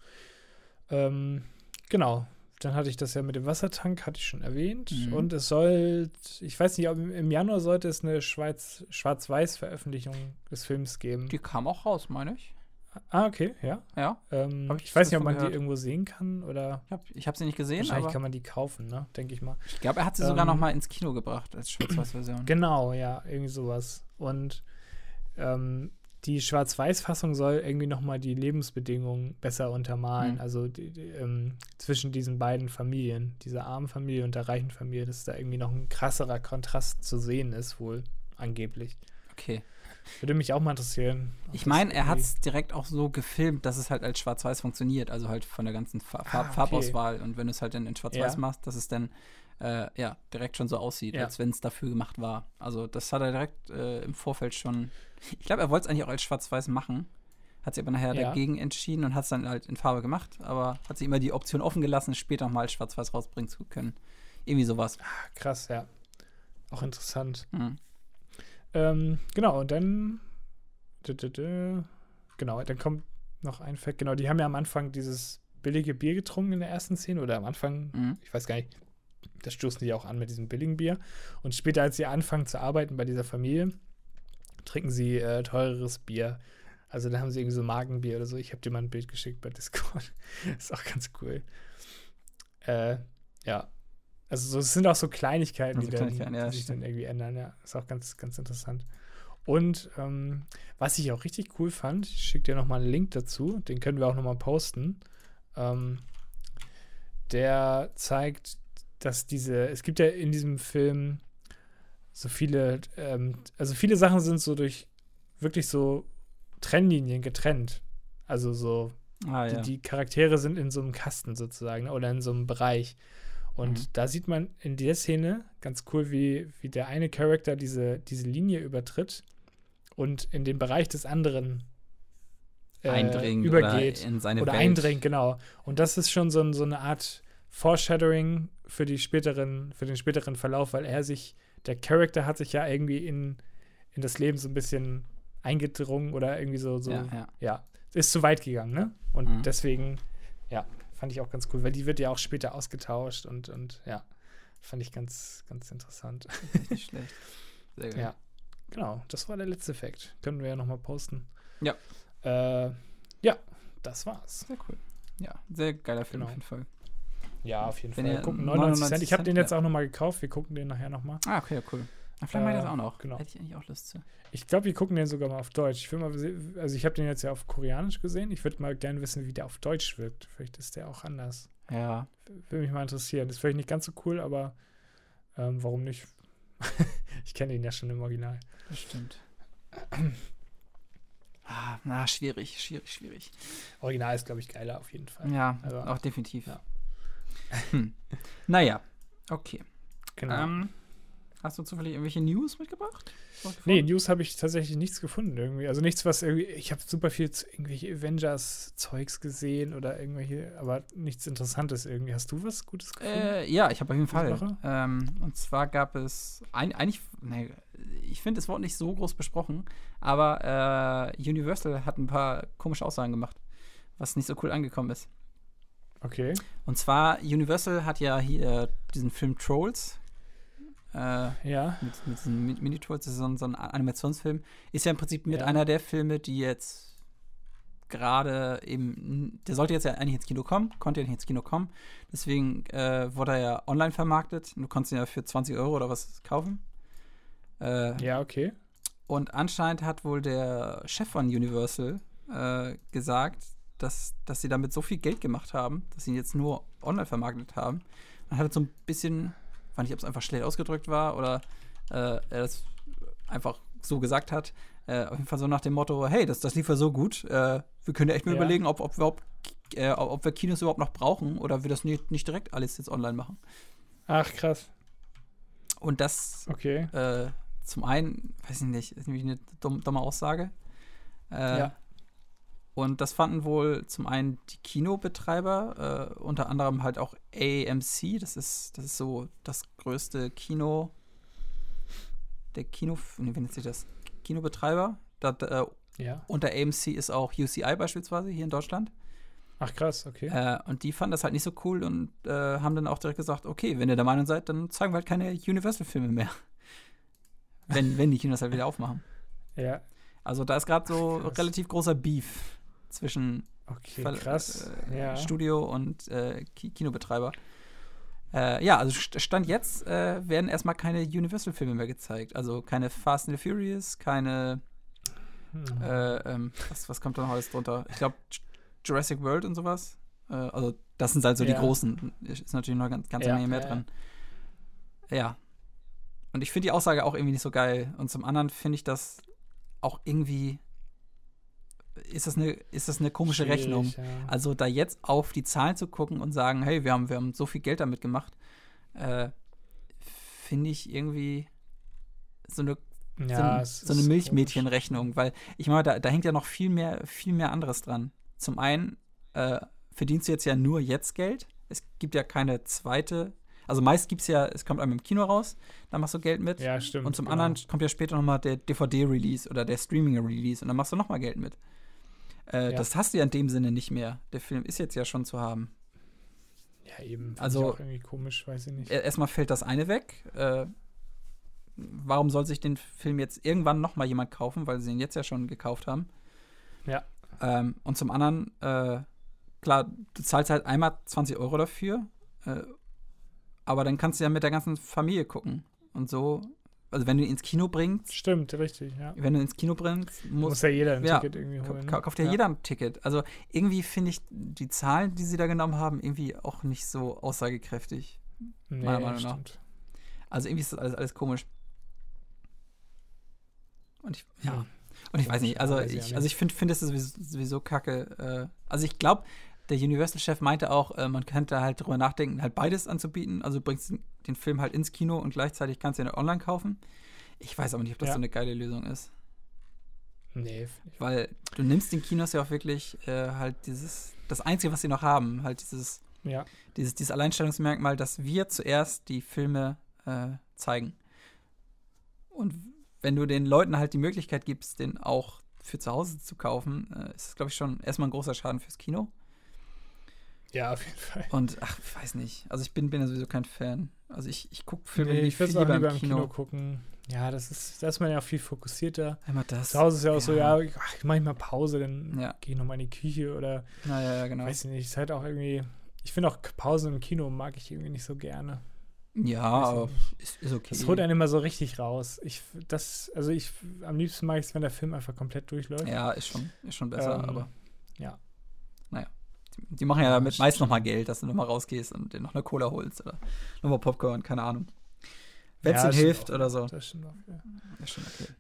Genau. Dann hatte ich das ja mit dem Wassertank, hatte ich schon erwähnt. Und es ich weiß nicht, ob im Januar sollte es eine Schwarz-Weiß-Veröffentlichung des Films geben. Die kam auch raus, meine ich. Ah, okay, ja. Ja. Ich weiß nicht, ob man die irgendwo sehen kann oder. Ich habe sie nicht gesehen, wahrscheinlich aber kann man die kaufen, ne? Denke ich mal. Ich glaube, er hat sie sogar noch mal ins Kino gebracht als Schwarz-Weiß-Version. Genau, ja, irgendwie sowas. Und die Schwarz-Weiß-Fassung soll irgendwie noch mal die Lebensbedingungen besser untermalen. Also zwischen diesen beiden Familien, dieser armen Familie und der reichen Familie, dass da irgendwie noch ein krasserer Kontrast zu sehen ist, wohl angeblich. Okay. Würde mich auch mal interessieren. Ich meine, er hat es direkt auch so gefilmt, dass es halt als Schwarz-Weiß funktioniert, also halt von der ganzen Farbauswahl. Und wenn du es halt dann in Schwarz-Weiß machst, dass es dann direkt schon so aussieht, als wenn es dafür gemacht war. Also das hat er direkt im Vorfeld schon. Ich glaube, er wollte es eigentlich auch als Schwarz-Weiß machen, hat sich aber nachher dagegen entschieden und hat es dann halt in Farbe gemacht, aber hat sich immer die Option offen gelassen, es später nochmal als Schwarz-Weiß rausbringen zu können. Irgendwie sowas. Krass, ja. Auch interessant. Genau, und dann dann kommt noch ein Fact. Genau, die haben ja am Anfang dieses billige Bier getrunken in der ersten Szene oder am Anfang, ich weiß gar nicht, Das stoßen die auch an mit diesem billigen Bier. Und später, als sie anfangen zu arbeiten bei dieser Familie, trinken sie teureres Bier. Also dann haben sie irgendwie so Markenbier oder so. Ich habe dir mal ein Bild geschickt bei Discord. Ist auch ganz cool. Ja. Also es sind auch so Kleinigkeiten, die sich dann irgendwie ändern. Ja, ist auch ganz, ganz interessant. Und was ich auch richtig cool fand, ich schicke dir nochmal einen Link dazu, den können wir auch nochmal posten. Der zeigt, dass es gibt ja in diesem Film so viele, also viele Sachen sind so durch wirklich so Trennlinien getrennt. Also so, die Charaktere sind in so einem Kasten sozusagen oder in so einem Bereich. Und da sieht man in der Szene ganz cool, wie der eine Charakter diese Linie übertritt und in den Bereich des anderen eindringt übergeht. Oder in seine Welt. Eindringt, genau. Und das ist schon so eine Art Foreshadowing für den späteren Verlauf, weil der Charakter hat sich ja irgendwie in das Leben so ein bisschen eingedrungen oder irgendwie so ist zu weit gegangen, ne? Und deswegen, fand ich auch ganz cool, weil die wird ja auch später ausgetauscht und fand ich ganz, ganz interessant. Nicht schlecht. Sehr geil. Ja, genau. Das war der letzte Fact. Können wir ja nochmal posten. Ja. Das war's. Sehr cool. Ja, sehr geiler Film auf jeden Fall. Ja, auf jeden Fall. Wir gucken 99 Cent. Ich habe den jetzt auch nochmal gekauft. Wir gucken den nachher nochmal. Ah, okay, cool. Vielleicht mache ich das auch noch. Genau. Hätte ich eigentlich auch Lust zu. Ich glaube, wir gucken den sogar mal auf Deutsch. Ich habe den jetzt ja auf Koreanisch gesehen. Ich würde mal gerne wissen, wie der auf Deutsch wirkt. Vielleicht ist der auch anders. Ja. Würde mich mal interessieren. Das ist vielleicht nicht ganz so cool, aber warum nicht? Ich kenne ihn ja schon im Original. Das stimmt. Schwierig. Original ist, glaube ich, geiler auf jeden Fall. Ja, aber auch definitiv. Ja. Naja, okay. Genau. Hast du zufällig irgendwelche News mitgebracht? Nee, News habe ich tatsächlich nichts gefunden irgendwie. Also nichts, was irgendwie, ich habe super viel irgendwelche Avengers-Zeugs gesehen oder irgendwelche, aber nichts Interessantes irgendwie. Hast du was Gutes gefunden? Ja, ich habe auf jeden Fall. Und zwar gab es ich finde, es wurde nicht so groß besprochen, aber Universal hat ein paar komische Aussagen gemacht, was nicht so cool angekommen ist. Okay. Und zwar, Universal hat ja hier diesen Film Trolls. Mit diesen Mini-Trolls, das ist so ein Animationsfilm. Ist ja im Prinzip mit einer der Filme, die jetzt gerade eben, der sollte jetzt ja eigentlich ins Kino kommen, konnte ja nicht ins Kino kommen. Deswegen wurde er ja online vermarktet. Du konntest ihn ja für 20 € oder was kaufen. Okay. Und anscheinend hat wohl der Chef von Universal gesagt, dass sie damit so viel Geld gemacht haben, dass sie ihn jetzt nur online vermarktet haben. Man hatte so ein bisschen, fand ich, ob es einfach schlecht ausgedrückt war oder er das einfach so gesagt hat. Auf jeden Fall so nach dem Motto, hey, das lief ja so gut, wir können ja echt mal überlegen, ob wir Kinos überhaupt noch brauchen oder wir das nicht direkt alles jetzt online machen. Ach, krass. Und das zum einen, weiß ich nicht, ist irgendwie eine dumme Aussage. Und das fanden wohl zum einen die Kinobetreiber, unter anderem halt auch AMC, das ist so das größte wie nennt sich das? Kinobetreiber. Unter AMC ist auch UCI beispielsweise hier in Deutschland. Ach krass, okay. Und die fanden das halt nicht so cool und haben dann auch direkt gesagt, okay, wenn ihr der Meinung seid, dann zeigen wir halt keine Universal-Filme mehr. wenn die Kinos halt wieder aufmachen. Ja. Also da ist gerade so relativ großer Beef zwischen Studio und Kinobetreiber. Also Stand jetzt werden erstmal keine Universal-Filme mehr gezeigt. Also keine Fast and the Furious, keine was kommt da noch alles drunter? Ich glaube Jurassic World und sowas. Also das sind halt so die großen. Ist natürlich noch ganz Menge mehr drin. Ja. Und ich finde die Aussage auch irgendwie nicht so geil. Und zum anderen finde ich das auch irgendwie ist das eine komische Rechnung. Ja. Also da jetzt auf die Zahlen zu gucken und sagen, hey, wir haben so viel Geld damit gemacht, finde ich irgendwie so eine Milchmädchenrechnung, weil ich meine, da hängt ja noch viel mehr anderes dran. Zum einen verdienst du jetzt ja nur jetzt Geld. Es gibt ja keine zweite. Also meist gibt's ja, es kommt einem im Kino raus, dann machst du Geld mit. Ja, stimmt. Und zum anderen kommt ja später nochmal der DVD-Release oder der Streaming-Release und dann machst du nochmal Geld mit. Das hast du ja in dem Sinne nicht mehr. Der Film ist jetzt ja schon zu haben. Ja, eben. Also auch irgendwie komisch, weiß ich nicht. Erstmal fällt das eine weg. Warum soll sich den Film jetzt irgendwann noch mal jemand kaufen, weil sie ihn jetzt ja schon gekauft haben? Ja. Und zum anderen, klar, du zahlst halt einmal 20 € dafür, aber dann kannst du ja mit der ganzen Familie gucken. Und so, also wenn du ihn ins Kino bringst. Stimmt, richtig, ja. Wenn du ins Kino bringst, muss ja jeder ein Ticket irgendwie holen. Kauft ja jeder ein Ticket. Also irgendwie finde ich die Zahlen, die sie da genommen haben, irgendwie auch nicht so aussagekräftig. Nee, meiner Meinung nach. Stimmt. Also irgendwie ist das alles komisch. Und ich weiß nicht, also ich finde es sowieso kacke. Also ich glaube, der Universal-Chef meinte auch, man könnte halt drüber nachdenken, halt beides anzubieten. Also du bringst den Film halt ins Kino und gleichzeitig kannst du ihn online kaufen. Ich weiß aber nicht, ob das so eine geile Lösung ist. Nee. Weil du nimmst den Kinos ja auch wirklich halt das Einzige, was sie noch haben, halt dieses Alleinstellungsmerkmal, dass wir zuerst die Filme zeigen. Und wenn du den Leuten halt die Möglichkeit gibst, den auch für zu Hause zu kaufen, ist das, glaube ich, schon erstmal ein großer Schaden fürs Kino. Ja, auf jeden Fall. Und ich weiß nicht. Also ich bin ja sowieso kein Fan. Also ich gucke Filme ich würde auch lieber im Kino gucken. Ja, da ist man ja auch viel fokussierter. Einmal das. Zu Hause ist ja auch so, ich mache mal Pause, dann gehe ich nochmal in die Küche oder genau. Weiß ich nicht, ist halt auch irgendwie, ich finde auch Pausen im Kino mag ich irgendwie nicht so gerne. Ja, aber ist okay. Das holt einen immer so richtig raus. Am liebsten mag ich es, wenn der Film einfach komplett durchläuft. Ja, ist schon besser, aber ja. Naja. Die machen ja damit meist noch mal Geld, dass du noch mal rausgehst und dir noch eine Cola holst oder noch mal Popcorn, keine Ahnung. Wenn es ihnen hilft oder so. Das ist schon okay. Das ist schon okay.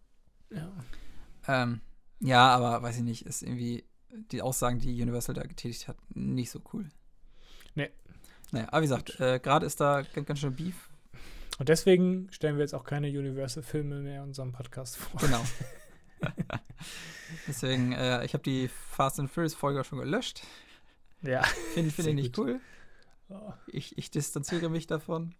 Ja. Ja, aber weiß ich nicht, ist irgendwie die Aussagen, die Universal da getätigt hat, nicht so cool. Nee. Naja, aber wie gesagt, gerade ist da ganz schön Beef. Und deswegen stellen wir jetzt auch keine Universal-Filme mehr in unserem Podcast vor. Genau. Deswegen, ich habe die Fast and Furious-Folge schon gelöscht. Ja. Finde ich nicht cool. Oh. Ich distanziere mich davon.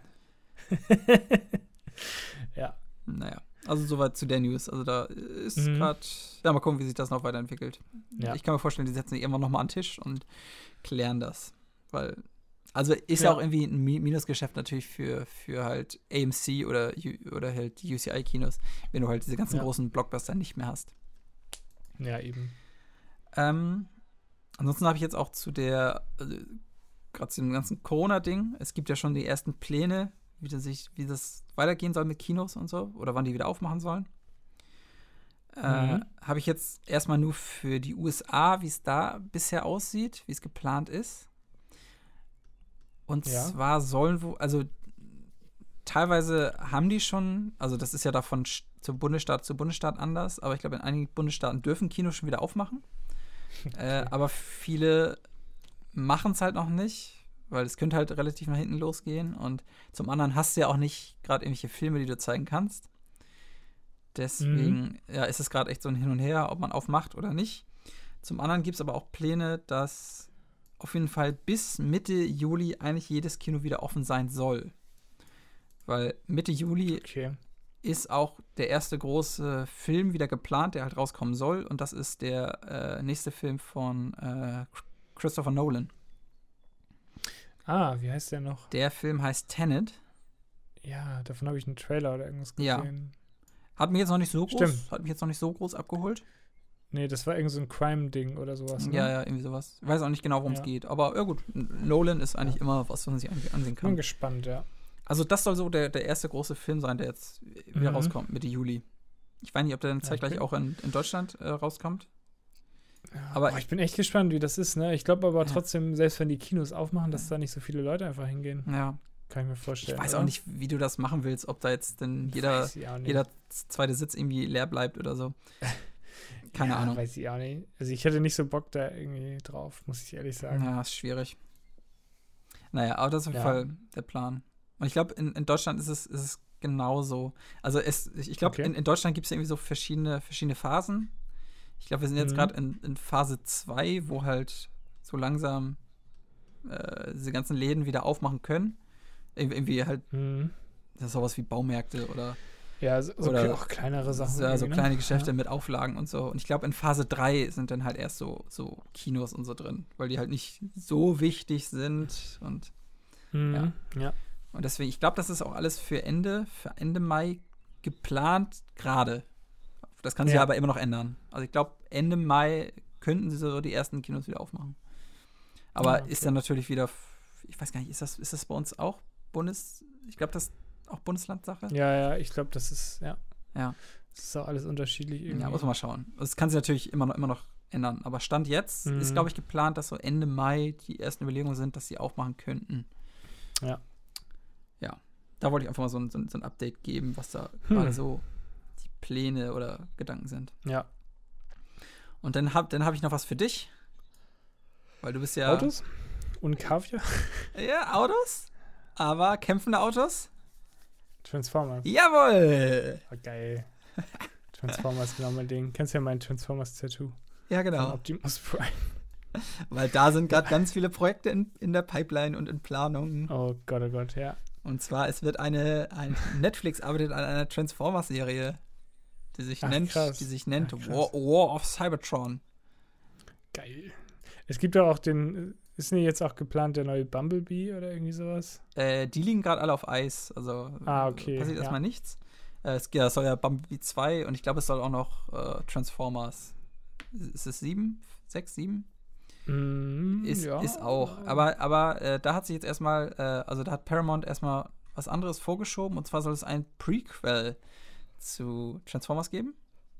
Ja. Naja, also soweit zu der News. Also da ist gerade, mal gucken, wie sich das noch weiterentwickelt. Ja. Ich kann mir vorstellen, die setzen sich irgendwann nochmal an den Tisch und klären das. Weil, also ist ja auch irgendwie ein Minusgeschäft natürlich für halt AMC oder halt UCI-Kinos, wenn du halt diese ganzen großen Blockbuster nicht mehr hast. Ja, eben. Ansonsten habe ich jetzt auch gerade zu dem ganzen Corona-Ding, es gibt ja schon die ersten Pläne, wie das weitergehen soll mit Kinos und so, oder wann die wieder aufmachen sollen. Habe ich jetzt erstmal nur für die USA, wie es da bisher aussieht, wie es geplant ist. Und zwar also teilweise haben die schon, also das ist ja davon zu Bundesstaat anders, aber ich glaube, in einigen Bundesstaaten dürfen Kinos schon wieder aufmachen. Okay. Aber viele machen es halt noch nicht, weil es könnte halt relativ nach hinten losgehen. Und zum anderen hast du ja auch nicht gerade irgendwelche Filme, die du zeigen kannst. Deswegen ist es gerade echt so ein Hin und Her, ob man aufmacht oder nicht. Zum anderen gibt es aber auch Pläne, dass auf jeden Fall bis Mitte Juli eigentlich jedes Kino wieder offen sein soll. Weil Mitte Juli ist auch der erste große Film wieder geplant, der halt rauskommen soll. Und das ist der nächste Film von Christopher Nolan. Ah, wie heißt der noch? Der Film heißt Tenet. Ja, davon habe ich einen Trailer oder irgendwas gesehen. Ja. Hat mich jetzt noch nicht so groß abgeholt. Nee, das war irgend so ein Crime-Ding oder sowas. Ne? Ja, irgendwie sowas. Ich weiß auch nicht genau, worum es geht. Aber ja gut, Nolan ist eigentlich immer was man sich ansehen kann. Bin gespannt, ja. Also das soll so der erste große Film sein, der jetzt wieder rauskommt, Mitte Juli. Ich weiß nicht, ob der dann zeitgleich auch in Deutschland rauskommt. Ja, aber ich bin echt gespannt, wie das ist, ne? Ich glaube aber trotzdem, selbst wenn die Kinos aufmachen, dass da nicht so viele Leute einfach hingehen. Ja. Kann ich mir vorstellen. Ich weiß auch nicht, wie du das machen willst, ob da jetzt denn jeder zweite Sitz irgendwie leer bleibt oder so. Keine Ahnung. Weiß ich auch nicht. Also ich hätte nicht so Bock da irgendwie drauf, muss ich ehrlich sagen. Ja, ist schwierig. Naja, aber das ist auf jeden Fall der Plan. Und ich glaube, in Deutschland ist es genauso. Also ich glaube, in Deutschland gibt es irgendwie so verschiedene Phasen. Ich glaube, wir sind jetzt gerade in Phase 2, wo halt so langsam diese ganzen Läden wieder aufmachen können. Irgendwie halt das ist sowas wie Baumärkte oder Ja, oder auch kleinere Sachen. So kleine Geschäfte mit Auflagen und so. Und ich glaube, in Phase 3 sind dann halt erst so Kinos und so drin, weil die halt nicht so wichtig sind. Und ja. Und deswegen, ich glaube, das ist auch alles für Ende Mai geplant, gerade. Das kann sich aber immer noch ändern. Also ich glaube, Ende Mai könnten sie so die ersten Kinos wieder aufmachen. Aber ist dann natürlich wieder, ich weiß gar nicht, ist das bei uns auch ich glaube, das ist auch Bundeslandsache? Ja, ich glaube, das ist, Ja. Das ist auch alles unterschiedlich irgendwie. Ja, muss man mal schauen. Das kann sich natürlich immer noch ändern. Aber Stand jetzt ist, glaube ich, geplant, dass so Ende Mai die ersten Überlegungen sind, dass sie aufmachen könnten. Ja. Ja. Da wollte ich einfach mal so ein Update geben, was da gerade so die Pläne oder Gedanken sind. Ja. Und dann hab ich noch was für dich. Weil du bist ja... Autos? Und Kaviar? Ja, Autos. Aber kämpfende Autos? Transformers. Jawohl! Oh, geil. Transformers, genau mein Ding. Kennst du ja mein Transformers-Tattoo? Ja, genau. Von Optimus Prime. Weil da sind gerade ganz viele Projekte in der Pipeline und in Planung. Oh Gott, ja. Und zwar, es wird Netflix arbeitet an einer Transformers-Serie, die sich nennt War of Cybertron. Geil. Es gibt doch auch ist nicht jetzt auch geplant der neue Bumblebee oder irgendwie sowas? Die liegen gerade alle auf Eis, also okay. Passiert erstmal nichts. Es soll ja Bumblebee 2 und ich glaube, es soll auch noch Transformers. Ist es 7? 6, 7? Ist auch. Aber da hat sich jetzt erstmal, da hat Paramount erstmal was anderes vorgeschoben, und zwar soll es ein Prequel zu Transformers geben.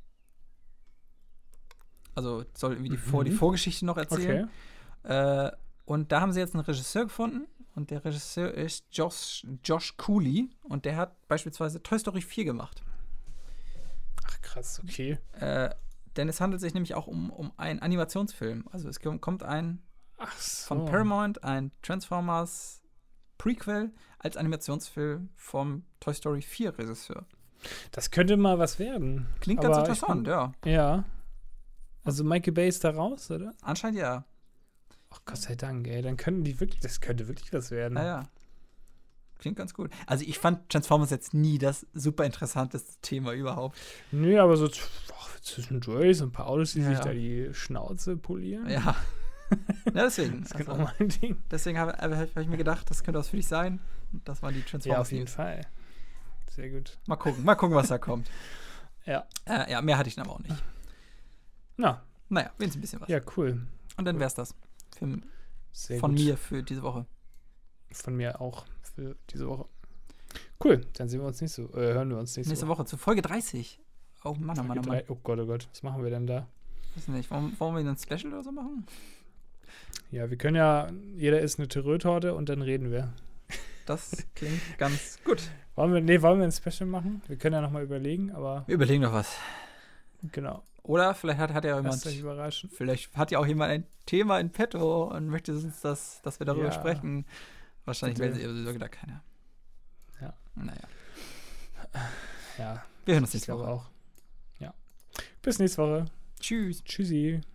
Also soll irgendwie die Vorgeschichte noch erzählen. Okay. Und da haben sie jetzt einen Regisseur gefunden, und der Regisseur ist Josh Cooley, und der hat beispielsweise Toy Story 4 gemacht. Ach krass, okay. Denn es handelt sich nämlich auch um einen Animationsfilm. Also es kommt von Paramount ein Transformers Prequel als Animationsfilm vom Toy Story 4 Regisseur. Das könnte mal was werden. Klingt ganz interessant, ja. Ja. Also Michael Bay ist da raus, oder? Anscheinend ja. Ach Gott sei Dank, ey. Dann das könnte wirklich was werden. Ja. Klingt ganz gut. Also ich fand Transformers jetzt nie das super interessanteste Thema überhaupt. Nö, aber so zwischendurch so ein paar Autos, die sich da die Schnauze polieren. Ja. Ja, deswegen. Das ist genau mein Ding. Deswegen habe ich mir gedacht, das könnte was für dich sein. Und das waren die Transformers. Ja, auf jeden Fall. Sehr gut. Mal gucken, was da kommt. Ja. Mehr hatte ich dann aber auch nicht. Naja, wenigstens ein bisschen was. Ja, cool. Und dann wär's das. Von mir für diese Woche. Von mir auch für diese Woche. Cool, dann sehen wir uns hören wir uns nächste Woche. Zu Folge 30. Oh Mann, oh Mann. Oh Gott, was machen wir denn da? Weiß nicht, wollen wir ein Special oder so machen? Ja, wir können ja, jeder isst eine Terrötorte und dann reden wir. Das klingt ganz gut. Wollen wir ein Special machen? Wir können ja nochmal überlegen, aber... Wir überlegen noch was. Genau. Oder vielleicht hat ja jemand... Lasst euch überraschen. Vielleicht hat ja auch jemand ein Thema in petto und möchte uns, dass wir darüber sprechen. Wahrscheinlich meldet sich sowieso wieder keiner. Ja. Naja. Ja. Wir hören uns nächste Woche. Auch. Ja. Bis nächste Woche. Tschüss. Tschüssi.